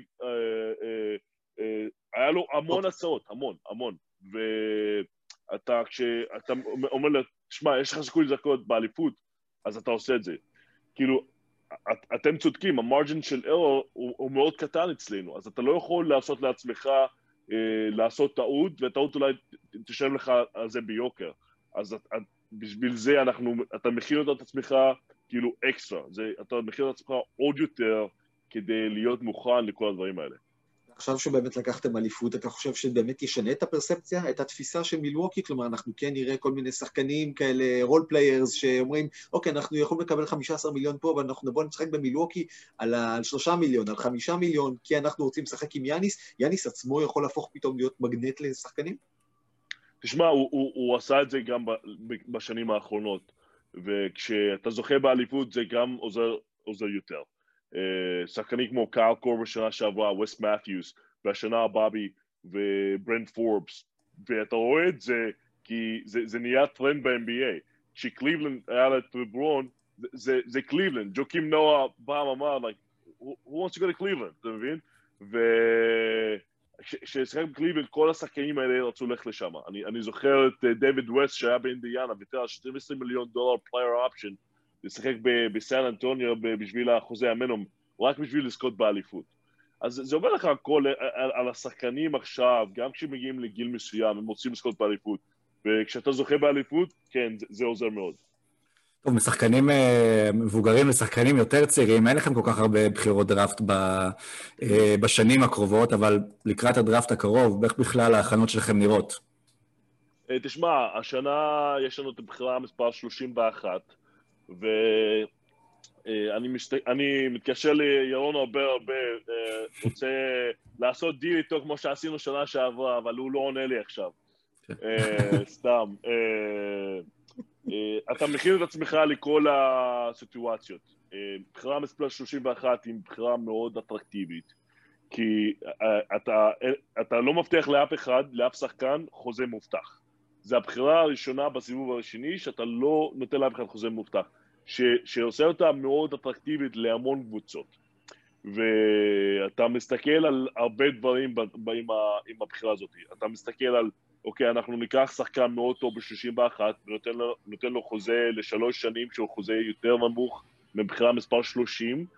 היה לו המון הצעות, המון, המון. ואתה, כשאתה אומר לה, תשמע, יש לך סיכוי לזכות באליפות, אז אתה עושה את זה. כאילו, את, אתם צודקים, המרג'ין של ארור הוא, הוא מאוד קטן אצלנו, אז אתה לא יכול לעשות לעצמך, אה, לעשות טעות, וטעות אולי תשלם לך על זה ביוקר. אז את, את, בשביל זה אנחנו, אתה מכין את עצמך כאילו אקסטרה, זה, אתה מכין את עצמך עוד יותר כדי להיות מוכן לכל הדברים האלה. עכשיו שבאמת לקחתם אליפות, אתה חושב שבאמת ישנה את הפרספציה, את התפיסה של מילווקי? כלומר, אנחנו כן נראה כל מיני שחקנים כאלה, רול פליירס, שאומרים, אוקיי, אנחנו יכולים לקבל חמישה עשר מיליון פה, אבל אנחנו נבוא נשחק במילווקי על, על שלושה מיליון, על חמישה מיליון, כי אנחנו רוצים לשחק עם יאניס. יאניס עצמו יכול להפוך פתאום להיות מגנט לשחקנים? תשמע, הוא, הוא, הוא עשה את זה גם בשנים האחרונות, וכשאתה זוכה באליפות זה גם עוזר, עוזר יותר. שחקנים כמו קייל קור בשנה שעברה, ווסט מת'יוס, והשנה בובי וברנט פורבס, ואתה רואה את זה כי זה, זה נהיה טרנד ב-אן בי איי. כשקליבלנד היה לה את לברון, זה, זה קליבלנד. ג'וקים נועה פעם אמר, like, who wants to go to Cleveland, אתה מבין? וכששחק בקליבלנד, כל השחקנים האלה רצו ללכת לשם. אני, אני זוכר את דיוויד ווסט שהיה באינדיאנה, ויתר על שנים עשר מיליון דולר פלייר אופשן, לשחק בסן אנטוניו בשביל החוזה המנום, רק בשביל לזכות באליפות. אז זה אומר לך הכל על, על השחקנים עכשיו, גם כשמגיעים לגיל מסוים, הם רוצים לזכות באליפות, וכשאתה זוכה באליפות, כן, זה, זה עוזר מאוד. טוב, משחקנים מבוגרים לשחקנים יותר צעירים, אין לכם כל כך הרבה בחירות דראפט בשנים הקרובות, אבל לקראת הדראפט הקרוב, איך בכלל ההכנות שלכם נראות? תשמע, השנה יש לנו את הבחירה מספר שלושים ואחת, ואני משת... אני מתקשר לירון הרבה הרבה, רוצה לעשות דיל איתו כמו שעשינו שנה שעברה, אבל הוא לא עונה לי עכשיו. סתם. אתה מכין את עצמך לכל הסיטואציות. בחירה מספר שלושים ואחת היא בחירה מאוד אטרקטיבית, כי אתה, אתה לא מבטיח לאף אחד, לאף שחקן, חוזה מובטח. זה הבחירה הראשונה בסיבוב השני, שאתה לא נותן לאף אחד חוזה מובטח, ש, שעושה אותה מאוד אטרקטיבית להמון קבוצות. ואתה מסתכל על הרבה דברים ב, ב, עם, ה, עם הבחירה הזאת. אתה מסתכל על, אוקיי, אנחנו ניקח שחקן מאוד טוב ב-שלושים ואחת, ונותן לו, נותן לו חוזה לשלוש שנים, שהוא חוזה יותר נמוך מבחירה מספר שלושים,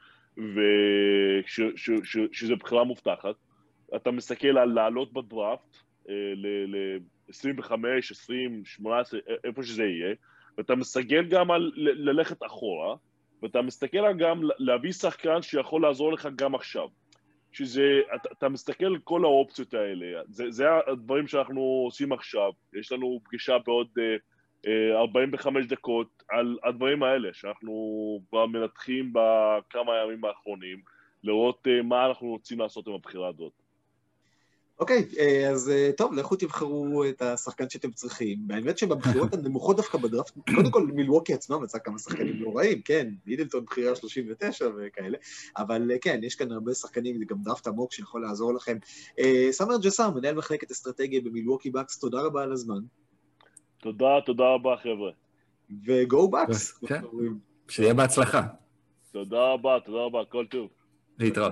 ושזו בחירה מובטחת. אתה מסתכל על לעלות בדראפט, ל... ל עשרים וחמש, עשרים, שמונה עשרה, איפה שזה יהיה, ואתה מסתכל גם על ללכת אחורה, ואתה מסתכל גם להביא שחקן שיכול לעזור לך גם עכשיו. שזה, אתה, אתה מסתכל על כל האופציות האלה, זה, זה הדברים שאנחנו עושים עכשיו, יש לנו פגישה בעוד אה, ארבעים וחמש דקות על הדברים האלה, שאנחנו כבר מנתחים בכמה הימים האחרונים, לראות אה, מה אנחנו רוצים לעשות עם הבחירה הזאת. אוקיי, אז טוב, לכו תבחרו את השחקן שאתם צריכים. האמת שבבחירות הנמוכות דווקא בדראפט, קודם כל מילווקי עצמם מצא כמה שחקנים לא רעים, כן, מידלטון בחירה שלושים ותשע וכאלה, אבל כן, יש כאן הרבה שחקנים, זה גם דראפט עמוק שיכול לעזור לכם. סאמר ג'סאר, מנהל מחלקת אסטרטגיה במילווקי בקס, תודה רבה על הזמן. תודה, תודה רבה חבר'ה. וגו בקס. כן, שיהיה בהצלחה. תודה רבה, תודה רבה, כל טוב. להתראות.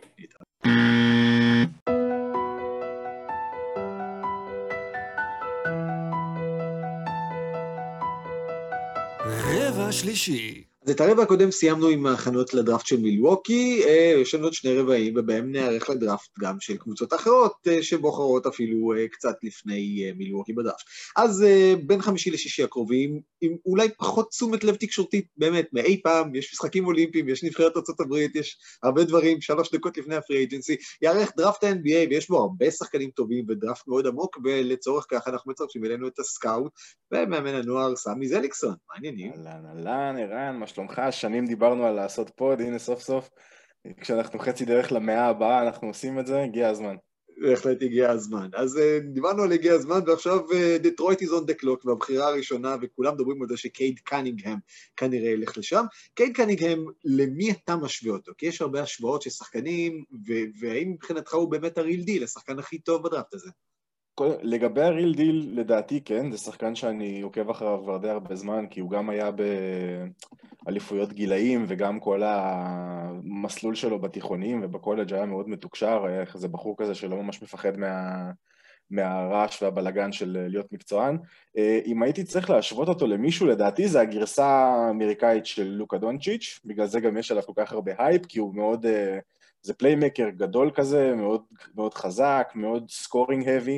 רבע שלישי. אז את הרבע הקודם סיימנו עם ההכנות לדראפט של מילווקי, יש לנו עוד שני רבעים, ובהם נערך לדראפט גם של קבוצות אחרות, שבוחרות אפילו קצת לפני מילווקי בדראפט. אז בין חמישי לשישי הקרובים, עם אולי פחות תשומת לב תקשורתית, באמת, מאי פעם, יש משחקים אולימפיים, יש נבחרת ארצות הברית, יש הרבה דברים, שלוש דקות לפני הפרי אייג'נסי, יערך דראפט ה-אן בי איי, ויש בו הרבה שחקנים טובים, ודראפט מאוד עמוק, ולצורך כך אנחנו מצרפים אלינו את הסקאוט, ומאמן הנוער סמי זליקסון. מה העניינים? אהלן, אהלן, ערן, מה שלומך? שנים דיברנו על לעשות פוד, הנה סוף סוף, כשאנחנו חצי דרך למאה הבאה, אנחנו עושים את זה, הגיע הזמן. בהחלט הגיע הזמן. אז דיברנו על הגיע הזמן, ועכשיו דטרויט is on the clock, והבחירה הראשונה, וכולם מדברים על זה שקייד קנינגהם כנראה ילך לשם. קייד קנינגהם, למי אתה משווה אותו? כי יש הרבה השוואות של שחקנים, והאם מבחינתך הוא באמת הריל דיל, השחקן הכי טוב בדראפט הזה? לגבי הריל דיל, לדעתי כן, זה שחקן שאני עוקב אחריו כבר די הרבה זמן, כי הוא גם היה באליפויות גילאים, וגם כל המסלול שלו בתיכונים ובקולג' היה מאוד מתוקשר, היה איזה בחור כזה שלא ממש מפחד מה... מהרעש והבלגן של להיות מקצוען. אם הייתי צריך להשוות אותו למישהו, לדעתי זה הגרסה האמריקאית של לוקה דונצ'יץ', בגלל זה גם יש עליו כל כך הרבה הייפ, כי הוא מאוד, זה פליימקר גדול כזה, מאוד, מאוד חזק, מאוד סקורינג האבי,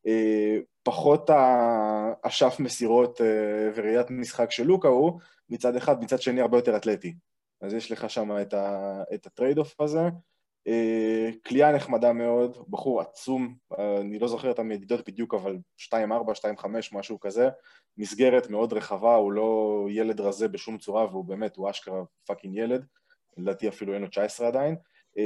פחות האשף מסירות וראיית משחק של לוקה הוא, מצד אחד, מצד שני הרבה יותר אתלטי. אז יש לך שם את, ה, את הטרייד אוף הזה, קליעה נחמדה מאוד, בחור עצום, אני לא זוכר את המדידות בדיוק, אבל שתיים ארבע, שתיים חמש, משהו כזה, מסגרת מאוד רחבה, הוא לא ילד רזה בשום צורה, והוא באמת, הוא אשכרה פאקינג ילד, לדעתי אפילו אין לו תשע עשרה עדיין,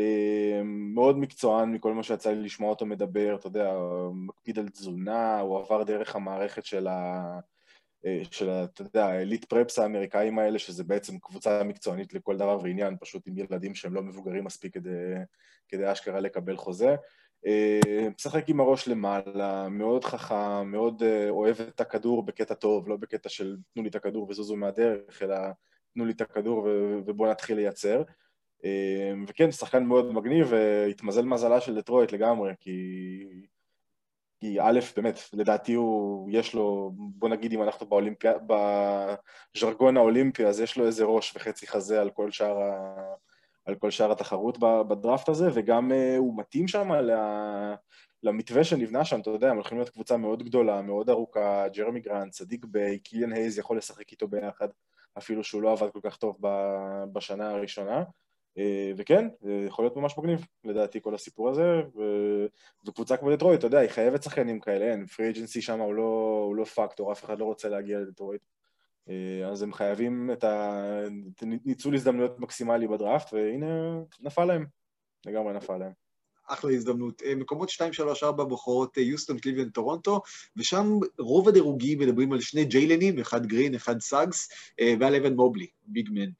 מאוד מקצוען מכל מה שיצא לי לשמוע אותו מדבר, אתה יודע, מקפיד על תזונה, הוא עבר דרך המערכת של ה... של, אתה יודע, האליט פרפס האמריקאים האלה, שזה בעצם קבוצה מקצוענית לכל דבר ועניין, פשוט עם ילדים שהם לא מבוגרים מספיק כדי, כדי אשכרה לקבל חוזה. משחק עם הראש למעלה, מאוד חכם, מאוד אוהב את הכדור בקטע טוב, לא בקטע של תנו לי את הכדור וזוזו מהדרך, אלא תנו לי את הכדור ובואו נתחיל לייצר. וכן, שחקן מאוד מגניב, והתמזל מזלה של דטרויט לגמרי, כי... כי א', באמת, לדעתי הוא, יש לו, בוא נגיד אם אנחנו באולימפיה, בז'רגון האולימפי, אז יש לו איזה ראש וחצי חזה על כל שאר, ה, על כל שאר התחרות בדראפט הזה, וגם הוא מתאים שם למתווה שנבנה שם, אתה יודע, הם הולכים להיות קבוצה מאוד גדולה, מאוד ארוכה, ג'רמי גרנט, צדיק ביי, קיליאן הייז יכול לשחק איתו ביחד, אפילו שהוא לא עבד כל כך טוב בשנה הראשונה, וכן, יכול להיות ממש מגניב, לדעתי, כל הסיפור הזה, וקבוצה כמו דטרויט, אתה יודע, היא חייבת שחקנים כאלה, אין, פרי אג'נסי שם הוא לא, הוא לא פקטור, אף אחד לא רוצה להגיע לדטרויט, אז הם חייבים את הניצול הזדמנויות מקסימלי בדראפט, והנה, נפל להם, לגמרי נפל להם. אחלה הזדמנות. מקומות שתיים, שלוש, ארבע בוחרות יוסטון, קליבלנד, טורונטו, ושם רוב הדירוגים מדברים על שני ג'יילנים, אחד גרין, אחד סאגס, ועל אבן מובלי, ביג מן.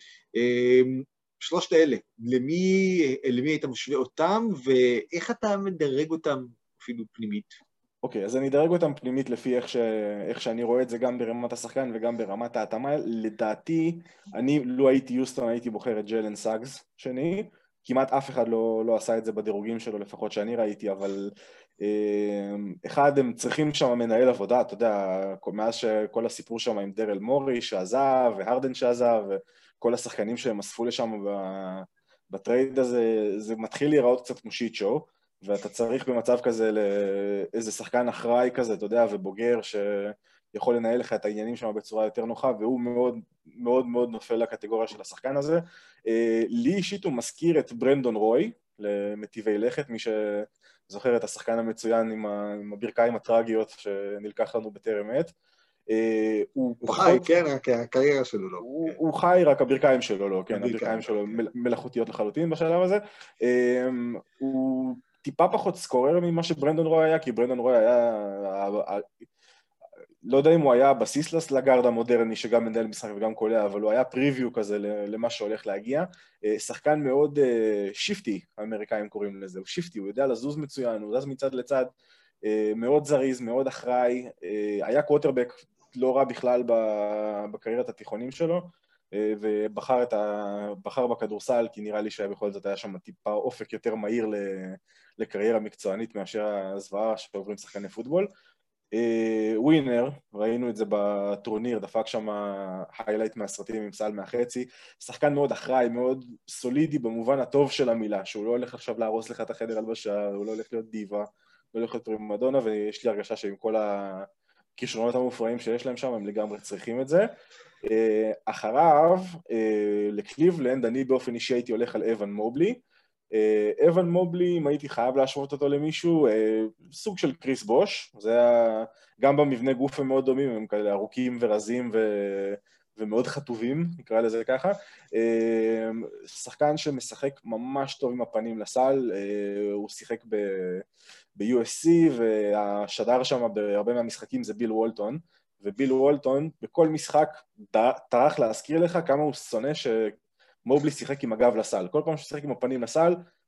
שלושת האלה, למי, למי היית משווה אותם, ואיך אתה מדרג אותם אפילו פנימית? אוקיי, okay, אז אני אדרג אותם פנימית לפי איך, ש... איך שאני רואה את זה גם ברמת השחקן וגם ברמת ההתאמה. לדעתי, אני לא הייתי יוסטון, הייתי בוחר את ג'לן סאגס שני, כמעט אף אחד לא, לא עשה את זה בדירוגים שלו, לפחות שאני ראיתי, אבל אה, אחד, הם צריכים שם מנהל עבודה, אתה יודע, מאז שכל הסיפור שם עם דרל מורי שעזב, והרדן שעזב, וכל השחקנים שהם אספו לשם בטרייד הזה, זה מתחיל להיראות קצת כמו שיט שואו, ואתה צריך במצב כזה לאיזה שחקן אחראי כזה, אתה יודע, ובוגר שיכול לנהל לך את העניינים שם בצורה יותר נוחה, והוא מאוד מאוד מאוד נופל לקטגוריה של השחקן הזה. לי אישית הוא מזכיר את ברנדון רוי, למטיבי לכת, מי שזוכר את השחקן המצוין עם הברכיים הטרגיות שנלקח לנו בטרם עת. הוא חי, כן, הקריירה שלו לא. הוא חי, רק הברכיים שלו לא, כן, הברכיים שלו מלאכותיות לחלוטין בשלב הזה. הוא טיפה פחות סקורר ממה שברנדון רוי היה, כי ברנדון רוי היה, לא יודע אם הוא היה בסיס לגארד המודרני שגם מנהל משחק וגם קולע, אבל הוא היה פריוויו כזה למה שהולך להגיע. שחקן מאוד שיפטי, האמריקאים קוראים לזה, הוא שיפטי, הוא יודע לזוז מצוין, הוא זז מצד לצד, מאוד זריז, מאוד אחראי, היה קווטרבק לא רע בכלל בקריירת התיכונים שלו, ובחר את ה... בחר בכדורסל, כי נראה לי שבכל זאת היה שם טיפה אופק יותר מהיר לקריירה מקצוענית מאשר הזוועה שעוברים שחקני פוטבול. ווינר, ראינו את זה בטורניר, דפק שם היילייט מהסרטים עם סל מהחצי, שחקן מאוד אחראי, מאוד סולידי במובן הטוב של המילה, שהוא לא הולך עכשיו להרוס לך את החדר הלבשה, הוא לא הולך להיות דיבה, לא הולך להיות פרימדונה, ויש לי הרגשה שעם כל הכישרונות המופרעים שיש להם שם, הם לגמרי צריכים את זה. אחריו, לקליבלנד, אני באופן אישי הייתי הולך על אבן מובלי, אבן מובלי, אם הייתי חייב להשוות אותו למישהו, סוג של קריס בוש, זה היה, גם במבנה גוף הם מאוד דומים, הם כאלה ארוכים ורזים ו... ומאוד חטובים, נקרא לזה ככה, שחקן שמשחק ממש טוב עם הפנים לסל, הוא שיחק ב-יו אס סי, והשדר שם בהרבה מהמשחקים זה ביל וולטון, וביל וולטון בכל משחק טרח להזכיר לך כמה הוא שונא ש... מובלי שיחק עם הגב לסל, כל פעם ששיחק עם הפנים לסל,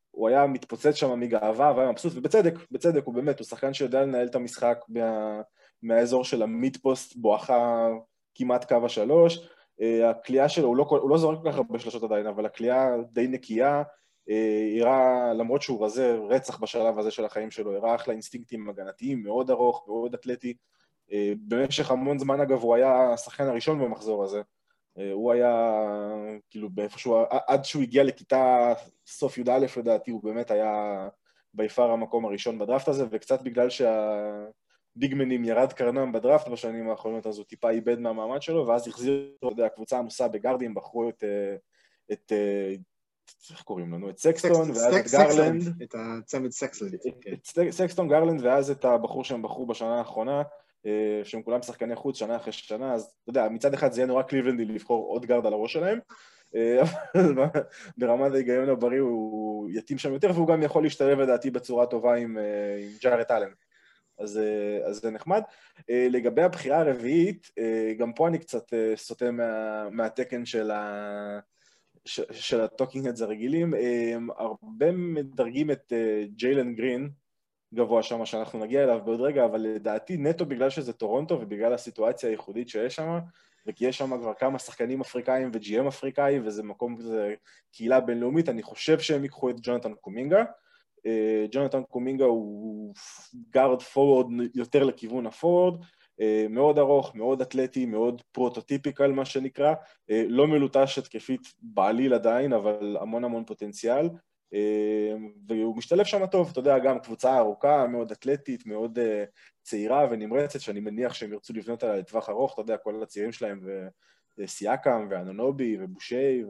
הוא היה מתפוצץ שם מגאווה והיה מבסוט, ובצדק, בצדק, הוא באמת, הוא שחקן שיודע לנהל את המשחק מה, מהאזור של המיד פוסט בואכה כמעט קו השלוש, הקליעה שלו, הוא לא, הוא לא זורק כל כך הרבה שלושות עדיין, אבל הקליעה די נקייה, הראה, למרות שהוא רזה רצח בשלב הזה של החיים שלו, הראה אחלה אינסטינקטים הגנתיים, מאוד ארוך, מאוד אתלטי, במשך המון זמן אגב הוא היה השחקן הראשון במחזור הזה, הוא היה כאילו באיפשהו, עד שהוא הגיע לכיתה סוף י' א' לדעתי, הוא באמת היה ביפר המקום הראשון בדראפט הזה, וקצת בגלל שהביגמנים ירד קרנם בדראפט בשנים האחרונות, אז הוא טיפה איבד מהמעמד שלו, ואז החזיר, אתה יודע, הקבוצה עמוסה בגארדים, בחרו את, את, איך קוראים לנו? את סקסטון, ואז את גרלנד. את הצמד סקסלנד. את סקסטון, גרלנד, ואז את הבחור שהם בחרו בשנה האחרונה, שהם כולם שחקני חוץ שנה אחרי שנה, אז אתה יודע, מצד אחד זה יהיה נורא קליבלנדי לבחור עוד גארד על הראש שלהם, אבל ברמת ההיגיון הבריא הוא יתאים שם יותר, והוא גם יכול להשתלב לדעתי בצורה טובה עם, עם ג'ארט אלן, אז, אז זה נחמד. לגבי הבחירה הרביעית, גם פה אני קצת סוטה מה, מהתקן של ה... של הטוקינג-הדס הרגילים, הרבה מדרגים את ג'יילן גרין, גבוה שם שאנחנו נגיע אליו בעוד רגע, אבל לדעתי נטו בגלל שזה טורונטו ובגלל הסיטואציה הייחודית שיש שם, וכי יש שם כבר כמה שחקנים אפריקאים וג'י אם אפריקאי, וזה מקום, זה קהילה בינלאומית, אני חושב שהם ייקחו את ג'ונתן קומינגה. ג'ונתן קומינגה הוא גארד פורוורד יותר לכיוון הפורוורד, מאוד ארוך, מאוד אתלטי, מאוד פרוטוטיפיקל מה שנקרא, לא מלוטש התקפית בעליל עדיין, אבל המון המון פוטנציאל, והוא משתלב שם טוב, אתה יודע, גם קבוצה ארוכה, מאוד אתלטית, מאוד צעירה ונמרצת, שאני מניח שהם ירצו לבנות עליה לטווח ארוך, אתה יודע, כל הצעירים שלהם, וסייקם, ואנונובי, ובושי,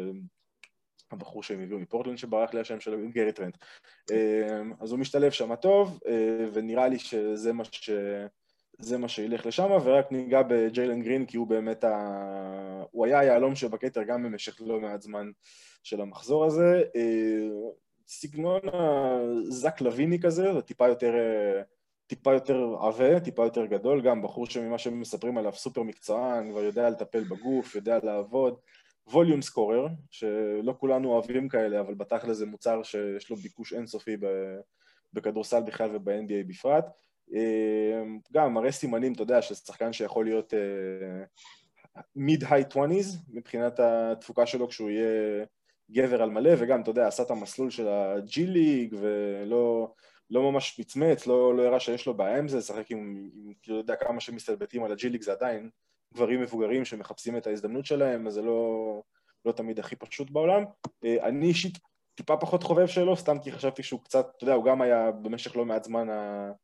והבחור שהם הביאו מפורטלנד שברח לי השם שלו, גרי טרנט. אז הוא משתלב שם טוב, ונראה לי שזה מה ש... זה מה שילך לשם, ורק ניגע בג'יילן גרין, כי הוא באמת, ה... הוא היה היעלום שבקטר גם במשך לא מעט זמן של המחזור הזה. סגנון זק לויני כזה, זה טיפה יותר, טיפה יותר עווה, טיפה יותר גדול, גם בחור שממה שהם מספרים עליו סופר מקצוען, כבר יודע לטפל בגוף, יודע לעבוד, ווליום סקורר, שלא כולנו אוהבים כאלה, אבל בתכל'ס זה מוצר שיש לו ביקוש אינסופי בכדורסל בכלל וב-אן בי איי בפרט. גם מראה סימנים, אתה יודע, של שחקן שיכול להיות מיד-היי עשרים מבחינת התפוקה שלו כשהוא יהיה גבר על מלא, וגם, אתה יודע, עשה את המסלול של הג'י ליג, ולא לא ממש מצמץ, לא, לא הראה שיש לו בעיה עם זה, שחק עם, עם, כאילו, יודע, כמה שמסתלבטים על הג'י ליג, זה עדיין גברים מבוגרים שמחפשים את ההזדמנות שלהם, אז זה לא, לא תמיד הכי פשוט בעולם. אני אישית טיפה פחות חובב שלו, סתם כי חשבתי שהוא קצת, אתה יודע, הוא גם היה במשך לא מעט זמן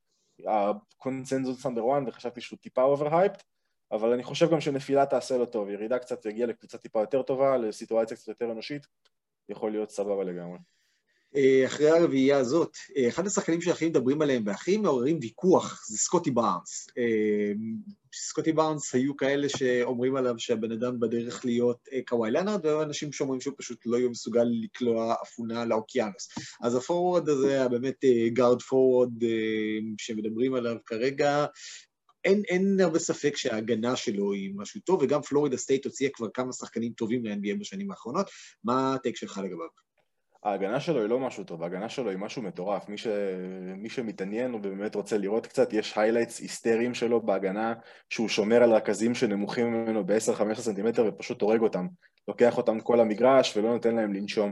הקונצנזוס נאמבר אחת, וחשבתי שהוא טיפה אובר-הייפט, אבל אני חושב גם שנפילה תעשה לו טוב, ירידה קצת תגיע לקבוצה טיפה יותר טובה, לסיטואציה קצת יותר אנושית, יכול להיות סבבה לגמרי. אחרי הרביעייה הזאת, אחד השחקנים שהכי מדברים עליהם והכי מעוררים ויכוח זה סקוטי בארנס. סקוטי בארנס היו כאלה שאומרים עליו שהבן אדם בדרך להיות קוואי לנארד, ואנשים שאומרים שהוא פשוט לא יהיה מסוגל לקלוע אפונה לאוקיינוס. אז הפורוורד הזה היה באמת גארד פורוורד שמדברים עליו כרגע, אין, אין הרבה ספק שההגנה שלו היא משהו טוב, וגם פלורידה סטייט הוציאה כבר כמה שחקנים טובים ל-אן בי איי בשנים האחרונות. מה הטייק שלך לגביו? ההגנה שלו היא לא משהו טוב, ההגנה שלו היא משהו מטורף. מי, ש... מי שמתעניין ובאמת רוצה לראות קצת, יש היילייטס היסטריים שלו בהגנה, שהוא שומר על רכזים שנמוכים ממנו ב-עשר עד חמש עשרה סנטימטר ופשוט הורג אותם, לוקח אותם כל המגרש ולא נותן להם לנשום.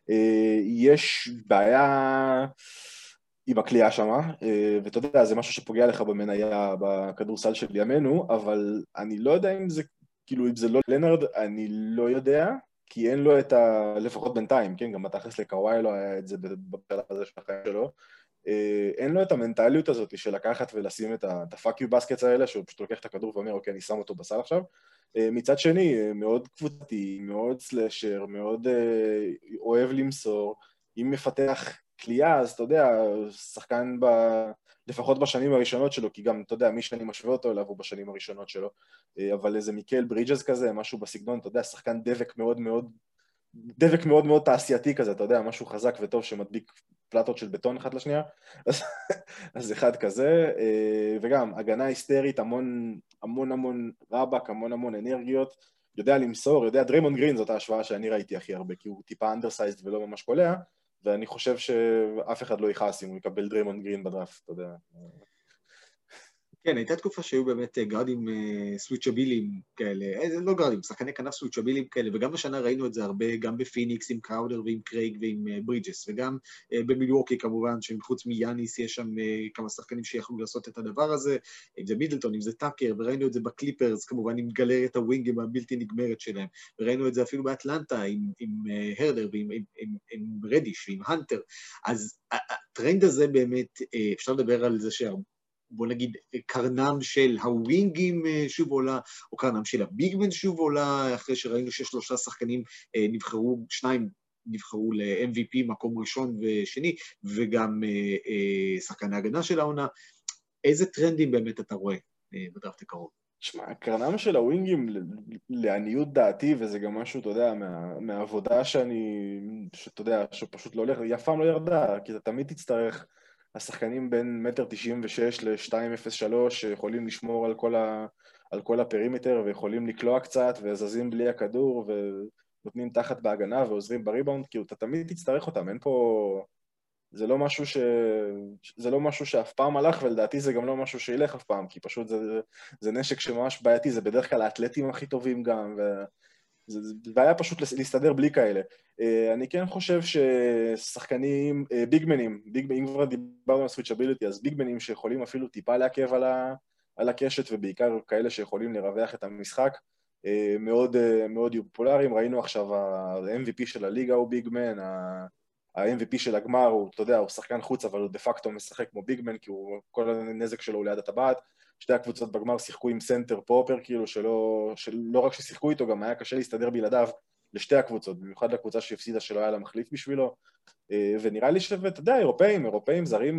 יש בעיה עם הקליעה שמה, ואתה יודע, זה משהו שפוגע לך במניה בכדורסל של ימינו, אבל אני לא יודע אם זה, כאילו, אם זה לא לנארד, אני לא יודע, כי אין לו את ה... לפחות בינתיים, כן? גם בתכלס לקוואי לא היה את זה בשלב הזה של החיים שלו. אין לו את המנטליות הזאת של לקחת ולשים את ה-fuck you baskets האלה, שהוא פשוט לוקח את הכדור ואומר, אוקיי, אני שם אותו בסל עכשיו. מצד שני, מאוד קבוצתי, מאוד סלשר, מאוד אוהב למסור. אם מפתח קליעה, אז אתה יודע, שחקן ב... לפחות בשנים הראשונות שלו, כי גם, אתה יודע, מי שאני משווה אותו אליו הוא בשנים הראשונות שלו, אבל איזה מיקל ברידג'ס כזה, משהו בסגנון, אתה יודע, שחקן דבק מאוד מאוד, דבק מאוד מאוד תעשייתי כזה, אתה יודע, משהו חזק וטוב שמדביק פלטות של בטון אחת לשנייה, אז, אז אחד כזה, וגם, הגנה היסטרית, המון, המון המון רבק, המון המון אנרגיות, יודע למסור, יודע, דריימונד גרין זאת ההשוואה שאני ראיתי הכי הרבה, כי הוא טיפה אנדרסייזד ולא ממש קולע, ואני חושב שאף אחד לא יכעס אם הוא יקבל דריימונד גרין בדראפט, אתה יודע. כן, הייתה תקופה שהיו באמת גארדים סוויצ'בילים כאלה, לא גארדים, שחקני כנף סוויצ'בילים כאלה, וגם השנה ראינו את זה הרבה, גם בפיניקס עם קראודר ועם קרייג ועם ברידג'ס, וגם במילווקי כמובן, שמחוץ מיאניס יש שם כמה שחקנים שיכולו לעשות את הדבר הזה, אם זה מידלטון, אם זה טאקר, וראינו את זה בקליפרס, כמובן עם גלריית הווינגים הבלתי נגמרת שלהם, וראינו את זה אפילו באטלנטה עם, עם הרדר ועם עם, עם, עם רדיש ועם הנטר, אז הטרנד הזה באמת, אפשר לדבר על זה שהרבה, בוא נגיד, קרנם של הווינגים שוב עולה, או קרנם של הביגמן שוב עולה, אחרי שראינו ששלושה שחקנים נבחרו, שניים נבחרו ל-אם וי פי, מקום ראשון ושני, וגם שחקני הגנה של העונה. איזה טרנדים באמת אתה רואה בדראפט הקרוב? שמע, קרנם של הווינגים, לעניות דעתי, וזה גם משהו, אתה יודע, מה, מהעבודה שאני, שאתה יודע, שפשוט לא הולך, היא אף פעם לא ירדה, כי אתה תמיד תצטרך, השחקנים בין מטר תשעים ושש ל-שתיים אפס שלוש יכולים לשמור על כל, ה, על כל הפרימטר ויכולים לקלוע קצת וזזים בלי הכדור ונותנים תחת בהגנה ועוזרים בריבאונד, כי אתה תמיד תצטרך אותם, אין פה... זה לא משהו ש... זה לא משהו שאף פעם הלך, ולדעתי זה גם לא משהו שילך אף פעם, כי פשוט זה, זה נשק שממש בעייתי, זה בדרך כלל האתלטים הכי טובים גם, ו... זה בעיה פשוט להסתדר בלי כאלה. אני כן חושב ששחקנים, ביגמנים, אם כבר דיברנו על סוויצ'ביליטי, אז ביגמנים שיכולים אפילו טיפה לעכב על הקשת, ובעיקר כאלה שיכולים לרווח את המשחק, מאוד מאוד יהיו פופולריים. ראינו עכשיו, ה-אם וי פי של הליגה הוא ביגמן, ה-אם וי פי של הגמר הוא, אתה יודע, הוא שחקן חוץ, אבל הוא דה פקטו משחק כמו ביגמן, כי הוא, כל הנזק שלו הוא ליד הטבעת. שתי הקבוצות בגמר שיחקו עם סנטר פרופר, כאילו שלא, שלא רק ששיחקו איתו, גם היה קשה להסתדר בלעדיו לשתי הקבוצות, במיוחד לקבוצה שהפסידה שלא היה לה מחליף בשבילו, ונראה לי שאתה יודע, אירופאים, אירופאים זרים,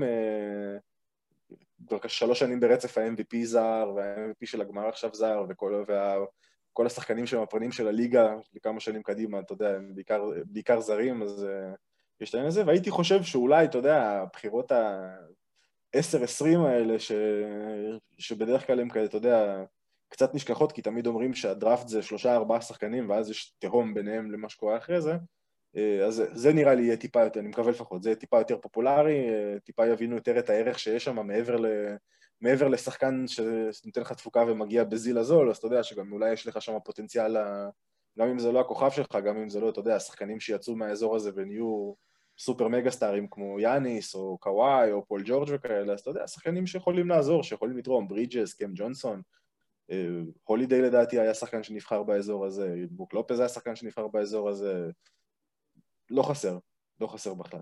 כבר שלוש שנים ברצף ה-אם וי פי זר, וה-אם וי פי של הגמר עכשיו זר, וכל, וה, כל השחקנים שהם הפרנים של הליגה, לכמה שנים קדימה, אתה יודע, הם בעיקר, בעיקר זרים, אז יש להם לזה, והייתי חושב שאולי, אתה יודע, הבחירות ה... עשר עשרים האלה, ש... שבדרך כלל הם כאלה, אתה יודע, קצת נשכחות, כי תמיד אומרים שהדראפט זה שלושה ארבעה שחקנים, ואז יש תהום ביניהם למה שקורה אחרי זה, אז זה נראה לי יהיה טיפה יותר, אני מקווה לפחות, זה יהיה טיפה יותר פופולרי, טיפה יבינו יותר את הערך שיש שם, מעבר, ל... מעבר לשחקן שנותן לך תפוקה ומגיע בזיל הזול, אז אתה יודע שגם אולי יש לך שם פוטנציאל, גם אם זה לא הכוכב שלך, גם אם זה לא, אתה יודע, השחקנים שיצאו מהאזור הזה ונהיו סופר מגה סטארים כמו יאניס או קוואי או פול ג'ורג' וכאלה, אז אתה יודע, שחקנים שיכולים לעזור, שיכולים לתרום, ברידג'ס, קם ג'ונסון, הולידיי לדעתי היה שחקן שנבחר באזור הזה, בוק לופז היה שחקן שנבחר באזור הזה, לא חסר, לא חסר בכלל.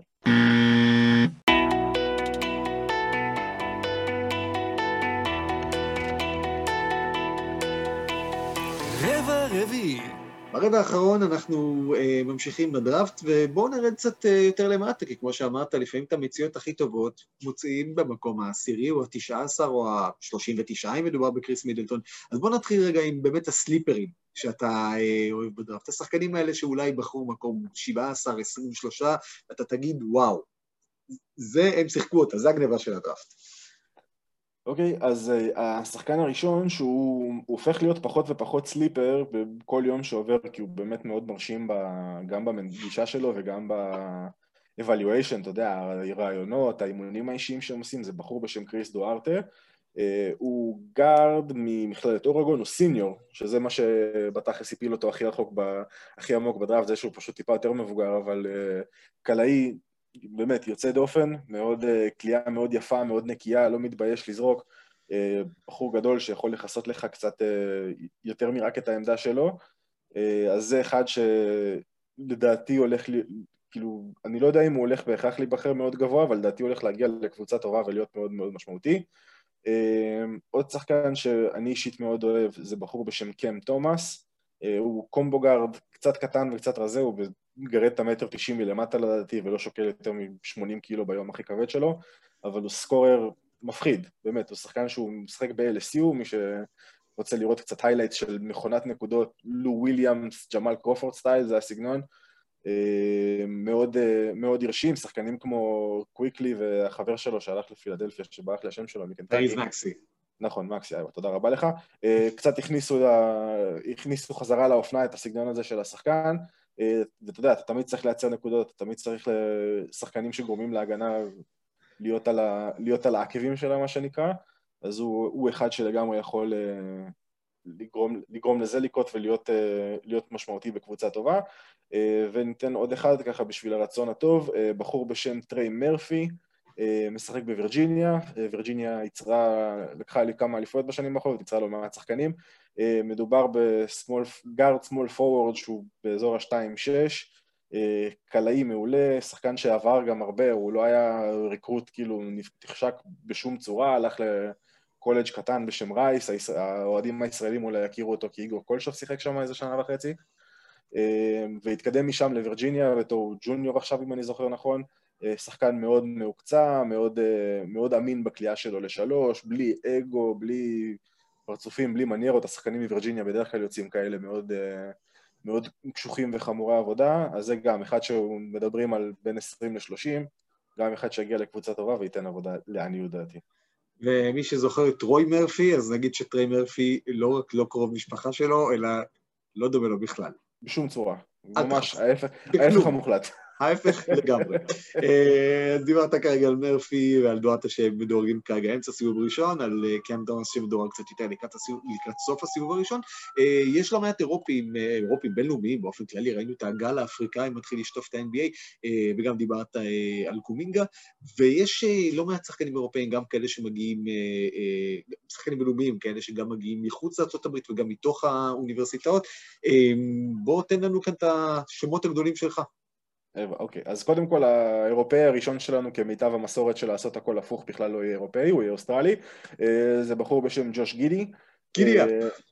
רבע רביעי. ברבע האחרון אנחנו אה, ממשיכים בדראפט, ובואו נרד קצת אה, יותר למטה, כי כמו שאמרת, לפעמים את המציאות הכי טובות מוצאים במקום העשירי, או ה-תשע עשרה, או ה-שלושים ותשע, אם מדובר בקריס מידלטון. אז בואו נתחיל רגע עם באמת הסליפרים שאתה אה, אוהב בדראפט. השחקנים האלה שאולי בחרו מקום שבע עשרה, עשרים ושלוש, אתה תגיד, וואו, זה, הם שיחקו אותה, זה הגניבה של הדראפט. אוקיי, אז uh, השחקן הראשון שהוא הופך להיות פחות ופחות סליפר בכל יום שעובר, כי הוא באמת מאוד מרשים ב, גם במגישה שלו וגם ב-evaluation, אתה יודע, הרעיונות, האימונים האישיים שהם עושים, זה בחור בשם קריס דוארטה, uh, הוא גארד ממכללת אורגון, הוא סיניור, שזה מה שבתכלס הפיל אותו הכי רחוק, הכי עמוק בדראפט, זה שהוא פשוט טיפה יותר מבוגר, אבל uh, קלעי, באמת, יוצא דופן, מאוד, קליעה מאוד יפה, מאוד נקייה, לא מתבייש לזרוק, בחור גדול שיכול לחסות לך קצת יותר מרק את העמדה שלו, אז זה אחד שלדעתי הולך, כאילו, אני לא יודע אם הוא הולך בהכרח להיבחר מאוד גבוה, אבל לדעתי הולך להגיע לקבוצה טובה ולהיות מאוד מאוד משמעותי. עוד שחקן שאני אישית מאוד אוהב, זה בחור בשם קם תומאס, הוא קומבו גארד קצת קטן וקצת רזה, הוא גרד את המטר תשעים מלמטה לדעתי, ולא שוקל יותר מ-שמונים קילו ביום הכי כבד שלו, אבל הוא סקורר מפחיד, באמת, הוא שחקן שהוא משחק ב-אל אס יו, מי שרוצה לראות קצת היילייט של מכונת נקודות, לו וויליאמס, ג'מאל קרופורד סטייל, זה הסגנון, מאוד, מאוד ירשים, שחקנים כמו קוויקלי והחבר שלו שהלך לפילדלפיה, שברח לי השם שלו, טייז מקסי. נכון, מקסי, תודה רבה לך. קצת הכניסו, הכניסו חזרה לאופנה את הסגנון הזה של השחקן, ואתה יודע, אתה תמיד צריך לייצר נקודות, אתה תמיד צריך לשחקנים שגורמים להגנה להיות על, ה... להיות על העקבים שלה, מה שנקרא, אז הוא, הוא אחד שלגמרי יכול לגרום, לגרום לזה לקרות ולהיות להיות משמעותי בקבוצה טובה. וניתן עוד אחד ככה בשביל הרצון הטוב, בחור בשם טריי מרפי, משחק בווירג'יניה, וירג'יניה יצרה, לקחה לי כמה אליפויות בשנים האחרונות, יצרה לו מעט שחקנים, מדובר בגארד סמול פורוורד שהוא באזור ה-שתיים שש, קלעי מעולה, שחקן שעבר גם הרבה, הוא לא היה ריקרוט כאילו תחשק בשום צורה, הלך לקולג' קטן בשם רייס, האוהדים הישראלים אולי יכירו אותו כי איגור קולשוף שיחק שם איזה שנה וחצי, והתקדם משם לווירג'יניה בתור ג'וניור עכשיו אם אני זוכר נכון, שחקן מאוד מעוקצה, מאוד, מאוד אמין בקליעה שלו לשלוש, בלי אגו, בלי פרצופים, בלי מניירות, השחקנים מווירג'יניה בדרך כלל יוצאים כאלה מאוד, מאוד קשוחים וחמורי עבודה, אז זה גם אחד שמדברים על בין עשרים לשלושים, גם אחד שיגיע לקבוצה טובה וייתן עבודה לעניות דעתי. ומי שזוכר את רוי מרפי, אז נגיד שטריי מרפי לא רק לא קרוב משפחה שלו, אלא לא דומה לו בכלל. בשום צורה, ממש ההפך, ההפך המוחלט. ההפך לגמרי. אז דיברת כרגע על מרפי ועל דואטה שהם מדורגים כרגע אמצע סיבוב ראשון, על קאם דונס שמדורג קצת יותר לקראת סוף הסיבוב הראשון. יש לא מעט אירופים, אירופים בינלאומיים, באופן כללי ראינו את הגל האפריקאי מתחיל לשטוף את ה-אן בי איי, וגם דיברת על קומינגה, ויש לא מעט שחקנים אירופאים, גם כאלה שמגיעים, שחקנים בינלאומיים, כאלה שגם מגיעים מחוץ לארצות הברית וגם מתוך האוניברסיטאות. בוא תן לנו כאן את השמות הגדולים שלך. אוקיי, אז קודם כל האירופאי הראשון שלנו כמיטב המסורת של לעשות הכל הפוך בכלל לא יהיה אירופאי, הוא יהיה אוסטרלי, זה בחור בשם ג'וש גידי. גידיה.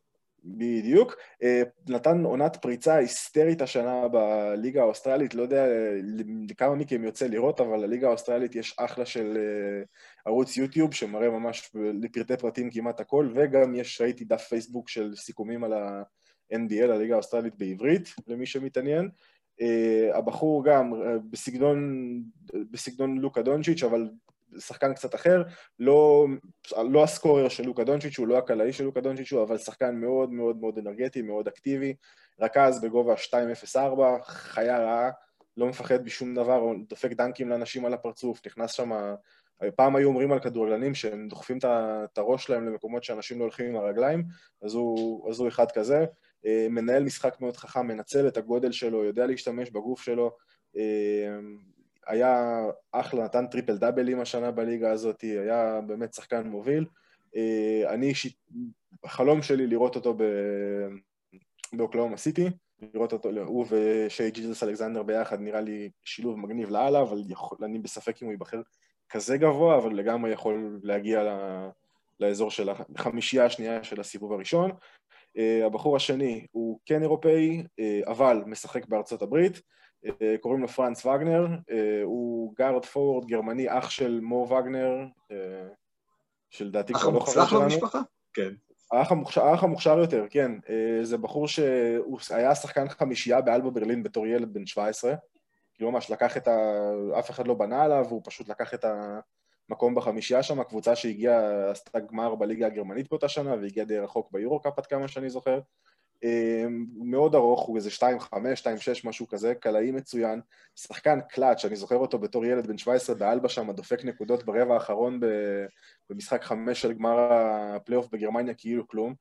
בדיוק, נתן עונת פריצה היסטרית השנה בליגה האוסטרלית, לא יודע כמה מכם יוצא לראות, אבל לליגה האוסטרלית יש אחלה של ערוץ יוטיוב שמראה ממש לפרטי פרטים כמעט הכל, וגם יש, ראיתי דף פייסבוק של סיכומים על ה-אן בי אל, הליגה האוסטרלית בעברית, למי שמתעניין. Uh, הבחור גם uh, בסגנון, בסגנון לוקה דונצ'יץ', אבל שחקן קצת אחר, לא, לא הסקורר של לוקה דונצ'יץ', הוא לא הקלעי של לוקה דונצ'יץ', אבל שחקן מאוד מאוד מאוד אנרגטי, מאוד אקטיבי, רכז בגובה שתיים אפס ארבע, חיה רעה, לא מפחד בשום דבר, דופק דנקים לאנשים על הפרצוף, נכנס שם, פעם היו אומרים על כדורגלנים שהם דוחפים את הראש שלהם למקומות שאנשים לא הולכים עם הרגליים, אז הוא, אז הוא אחד כזה, מנהל משחק מאוד חכם, מנצל את הגודל שלו, יודע להשתמש בגוף שלו, היה אחלה, נתן טריפל דאבלים השנה בליגה הזאת, היה באמת שחקן מוביל, אני אישית, החלום שלי לראות אותו באוקלאומה סיטי, לראות אותו, הוא ושיי ג'יזוס אלכסנדר ביחד נראה לי שילוב מגניב לעלה, אבל יכול, אני בספק אם הוא ייבחר כזה גבוה, אבל לגמרי יכול להגיע לאזור של החמישייה השנייה של הסיבוב הראשון. הבחור השני הוא כן אירופאי, אבל משחק בארצות הברית, קוראים לו פרנץ וגנר, הוא גארד פורוורד גרמני, אח של מו וגנר, שלדעתי כבר לא חבר שלנו. אח המוצלח במשפחה? כן. האח המוכשר, האח המוכשר יותר, כן. זה בחור שהוא היה שחקן חמישייה באלבה ברלין בתור ילד בן שבע עשרה, כאילו ממש לקח את ה... אף אחד לא בנה עליו, הוא פשוט לקח את המקום בחמישייה שם, הקבוצה שהגיעה, עשתה גמר בליגה הגרמנית באותה שנה, והגיעה די רחוק ביורו-קאפ עד כמה שאני זוכר. מאוד ארוך, הוא איזה שתיים חמש, שתיים שש, משהו כזה, קלעי מצוין, שחקן קלאץ', שאני זוכר אותו בתור ילד בן שבע עשרה באלבה שם, דופק נקודות ברבע האחרון במשחק חמש של גמר הפלייאוף בגרמניה כאילו כלום,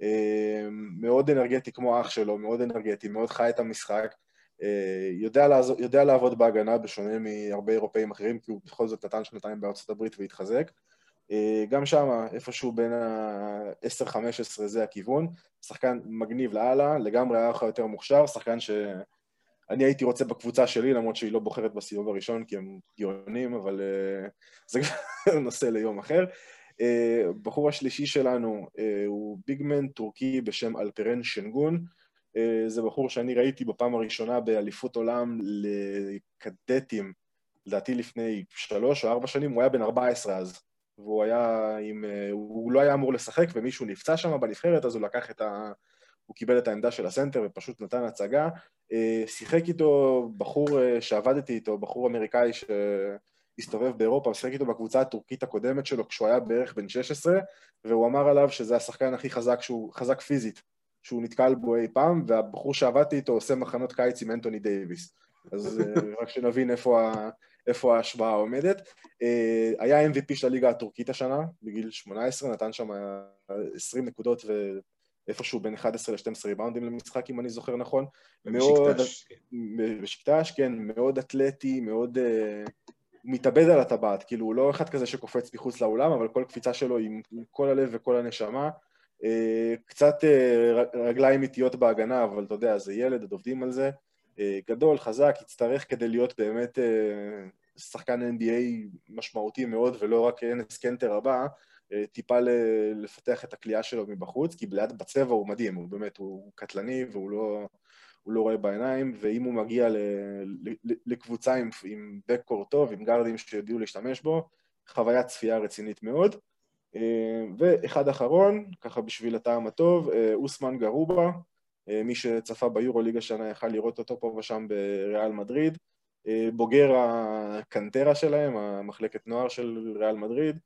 מאוד אנרגטי כמו אח שלו, מאוד אנרגטי, מאוד חי את המשחק, יודע, לעזור, יודע לעבוד בהגנה בשונה מהרבה אירופאים אחרים, כי הוא בכל זאת נתן שנתיים בארצות הברית והתחזק, גם שם, איפשהו בין ה-עשר חמש עשרה זה הכיוון, שחקן מגניב לעלה, לגמרי האח היותר מוכשר, שחקן שאני הייתי רוצה בקבוצה שלי, למרות שהיא לא בוחרת בסיבוב הראשון, כי הם גאונים, אבל זה נושא ליום אחר. בחור השלישי שלנו הוא ביגמן טורקי בשם אלפרן שנגון, זה בחור שאני ראיתי בפעם הראשונה באליפות עולם לקדטים, לדעתי לפני שלוש או ארבע שנים, הוא היה בן ארבע עשרה אז. והוא היה עם, הוא לא היה אמור לשחק, ומישהו נפצע שם בנבחרת, אז הוא לקח את ה... הוא קיבל את העמדה של הסנטר, ופשוט נתן הצגה. שיחק איתו בחור שעבדתי איתו, בחור אמריקאי שהסתובב באירופה, שיחק איתו בקבוצה הטורקית הקודמת שלו, כשהוא היה בערך בן שש עשרה, והוא אמר עליו שזה השחקן הכי חזק, שהוא חזק פיזית, שהוא נתקל בו אי פעם, והבחור שעבדתי איתו עושה מחנות קיץ עם אנטוני דייביס. אז רק שנבין איפה, ה, איפה ההשוואה עומדת. היה אם וי פי של הליגה הטורקית השנה, בגיל שמונה עשרה, נתן שם עשרים נקודות ואיפשהו בין אחד עשר ל-שתים עשרה ריבאונדים למשחק, אם אני זוכר נכון. בשקטש. בשקטש, כן, מאוד אתלטי, מאוד... הוא מתאבד על הטבעת, כאילו הוא לא אחד כזה שקופץ מחוץ לאולם, אבל כל קפיצה שלו עם כל הלב וכל הנשמה, קצת רגליים איטיות בהגנה, אבל אתה יודע, זה ילד, עוד עובדים על זה, גדול, חזק, יצטרך כדי להיות באמת שחקן אן בי איי משמעותי מאוד, ולא רק אנס קנטר הבא, טיפה לפתח את הקליעה שלו מבחוץ, כי ליד בצבע הוא מדהים, הוא באמת, הוא קטלני והוא לא... הוא לא רואה בעיניים, ואם הוא מגיע לקבוצה עם, עם בקקור טוב, עם גארדים שיודעו להשתמש בו, חוויית צפייה רצינית מאוד. ואחד אחרון, ככה בשביל הטעם הטוב, אוסמן גרובה, מי שצפה ביורו ליגה שנה יכל לראות אותו פה ושם בריאל מדריד, בוגר הקנטרה שלהם, המחלקת נוער של ריאל מדריד,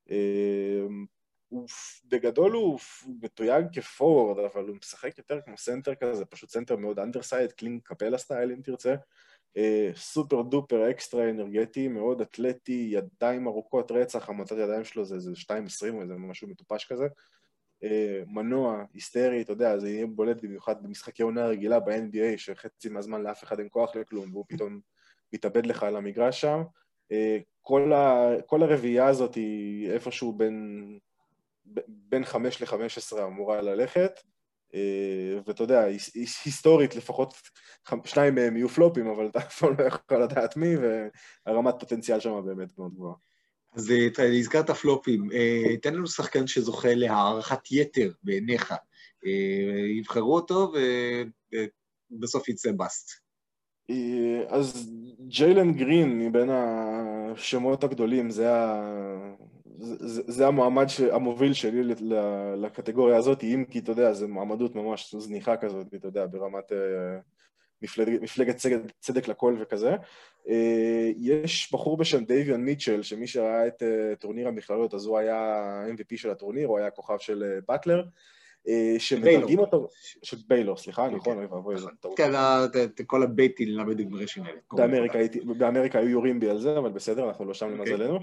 הוא בגדול הוא מתויג כפורוורד, אבל הוא משחק יותר כמו סנטר כזה, פשוט סנטר מאוד אנדרסייד, קלינג קפלה סטייל אם תרצה, סופר דופר אקסטרה אנרגטי, מאוד אתלטי, ידיים ארוכות רצח, המוצאת ידיים שלו זה, זה שתיים עשרים, זה משהו מטופש כזה, מנוע, היסטרי, אתה יודע, זה יהיה בולט במיוחד במשחקי עונה רגילה ב-אן בי איי, שחצי מהזמן לאף אחד אין כוח לכלום, והוא פתאום מתאבד לך על המגרש שם, כל, ה, כל הרביעייה הזאת היא איפשהו בין... בין חמש ל-חמש עשרה אמורה ללכת, ואתה יודע, היסטורית לפחות שניים מהם יהיו פלופים, אבל אתה אף פעם לא יכול לדעת מי, והרמת פוטנציאל שם באמת מאוד גבוהה. אז הזכרת פלופים, תן לנו שחקן שזוכה להערכת יתר בעיניך, יבחרו אותו ובסוף יצא בסט. אז ג'יילן גרין מבין השמות הגדולים, זה ה... זה, זה המועמד המוביל שלי לקטגוריה הזאת, אם כי אתה יודע, זה מועמדות ממש זניחה כזאת, אתה יודע, ברמת מפלג, מפלגת צדק, צדק לכל וכזה. יש בחור בשם דייביון מיטשל, שמי שראה את טורניר המכללות, אז הוא היה אם וי פי של הטורניר, הוא היה כוכב של באטלר, שמדרגים אותו, של ביילור, סליחה, נכון, אוי ואבוי, זה טעות. כל הבייטים למד גמרשים האלה. באמריקה היו יורים בי על זה, אבל בסדר, אנחנו לא שם למזלנו.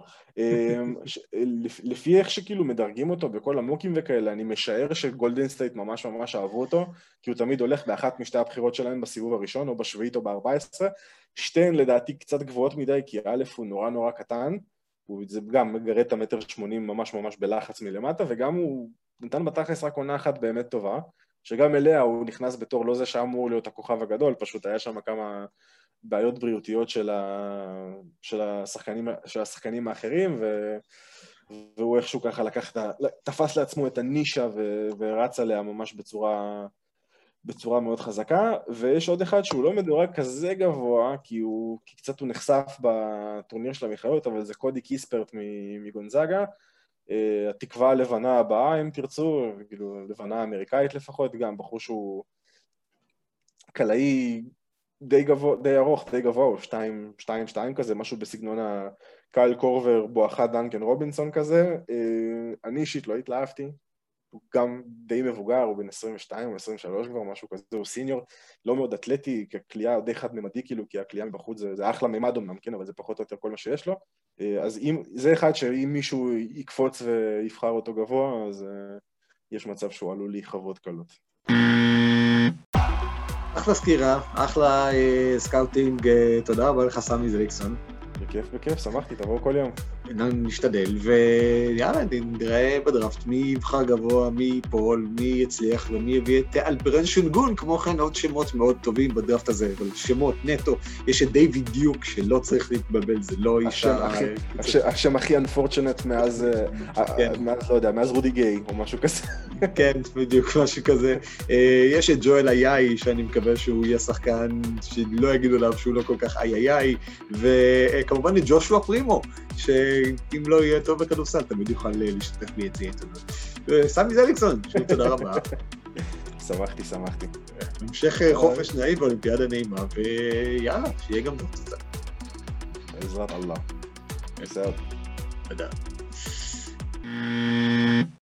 לפי איך שכאילו מדרגים אותו בכל המוקים וכאלה, אני משער שגולדן סטייט ממש ממש אהבו אותו, כי הוא תמיד הולך באחת משתי הבחירות שלהם בסיבוב הראשון, או בשביעית או ב-ארבע עשרה, שתיהן לדעתי קצת גבוהות מדי, כי א' הוא נורא נורא קטן, זה גם מגרד את המטר שמונים ממש ממש בלחץ מלמטה, וגם הוא נתן בתכלס רק עונה אחת באמת טובה, שגם אליה הוא נכנס בתור לא זה שאמור להיות הכוכב הגדול, פשוט היה שם כמה בעיות בריאותיות של, ה... של, השחקנים... של השחקנים האחרים, ו... והוא איכשהו ככה לקח, תפס לעצמו את הנישה ו... ורץ עליה ממש בצורה... בצורה מאוד חזקה, ויש עוד אחד שהוא לא מדורג כזה גבוה, כי, הוא... כי קצת הוא נחשף בטורניר של המכללות, אבל זה קודי קיספרט מגונזאגה, התקווה הלבנה הבאה, אם תרצו, כאילו, לבנה אמריקאית לפחות, גם בחור שהוא קלעי די גבוה, די ארוך, די גבוה, הוא שתיים, שתיים, שתיים כזה, משהו בסגנון הקייל קורבר, בואכה דנקן רובינסון כזה, אני אישית לא התלהבתי, הוא גם די מבוגר, הוא בן עשרים ושתיים או עשרים ושלוש כבר, משהו כזה, הוא סיניור, לא מאוד אתלטי, כקליעה די חד ממדי, כאילו, כי הקליעה מבחוץ זה, זה אחלה ממד אומנם, כן, אבל זה פחות או יותר כל מה שיש לו, אז אם, זה אחד שאם מישהו יקפוץ ויבחר אותו גבוה, אז יש מצב שהוא עלול להיחוות קלות. אחלה סקירה, אחלה סקאוטינג, תודה רבה לך סמי זליקסון. בכיף, בכיף, שמחתי, תבואו כל יום. נשתדל, ויאללה, נראה בדראפט מי יבחר גבוה, מי ייפול, מי יצליח ומי יביא את אלפרן שונגון, כמו כן עוד שמות מאוד טובים בדראפט הזה, אבל שמות נטו, יש את דיוויד דיוק שלא צריך להתבלבל, זה לא אישה... השם הכי unfortunate מאז, מאז, לא יודע, מאז רודי גיי או משהו כזה. כן, בדיוק, משהו כזה. יש את ג'ואל איי-איי, שאני מקווה שהוא יהיה שחקן שלא יגידו עליו שהוא לא כל כך איי-איי, וכמובן את ג'ושוע פרימו, שאם לא יהיה טוב בכדורסל, תמיד יוכל להשתתף ביציע עיתונות. סמי זליקסון, שוב תודה רבה. שמחתי, שמחתי. המשך חופש נעים באולימפיאדה נעימה, ויאללה, שיהיה גם טוב תוצאה. בעזרת אללה. בסדר. תודה.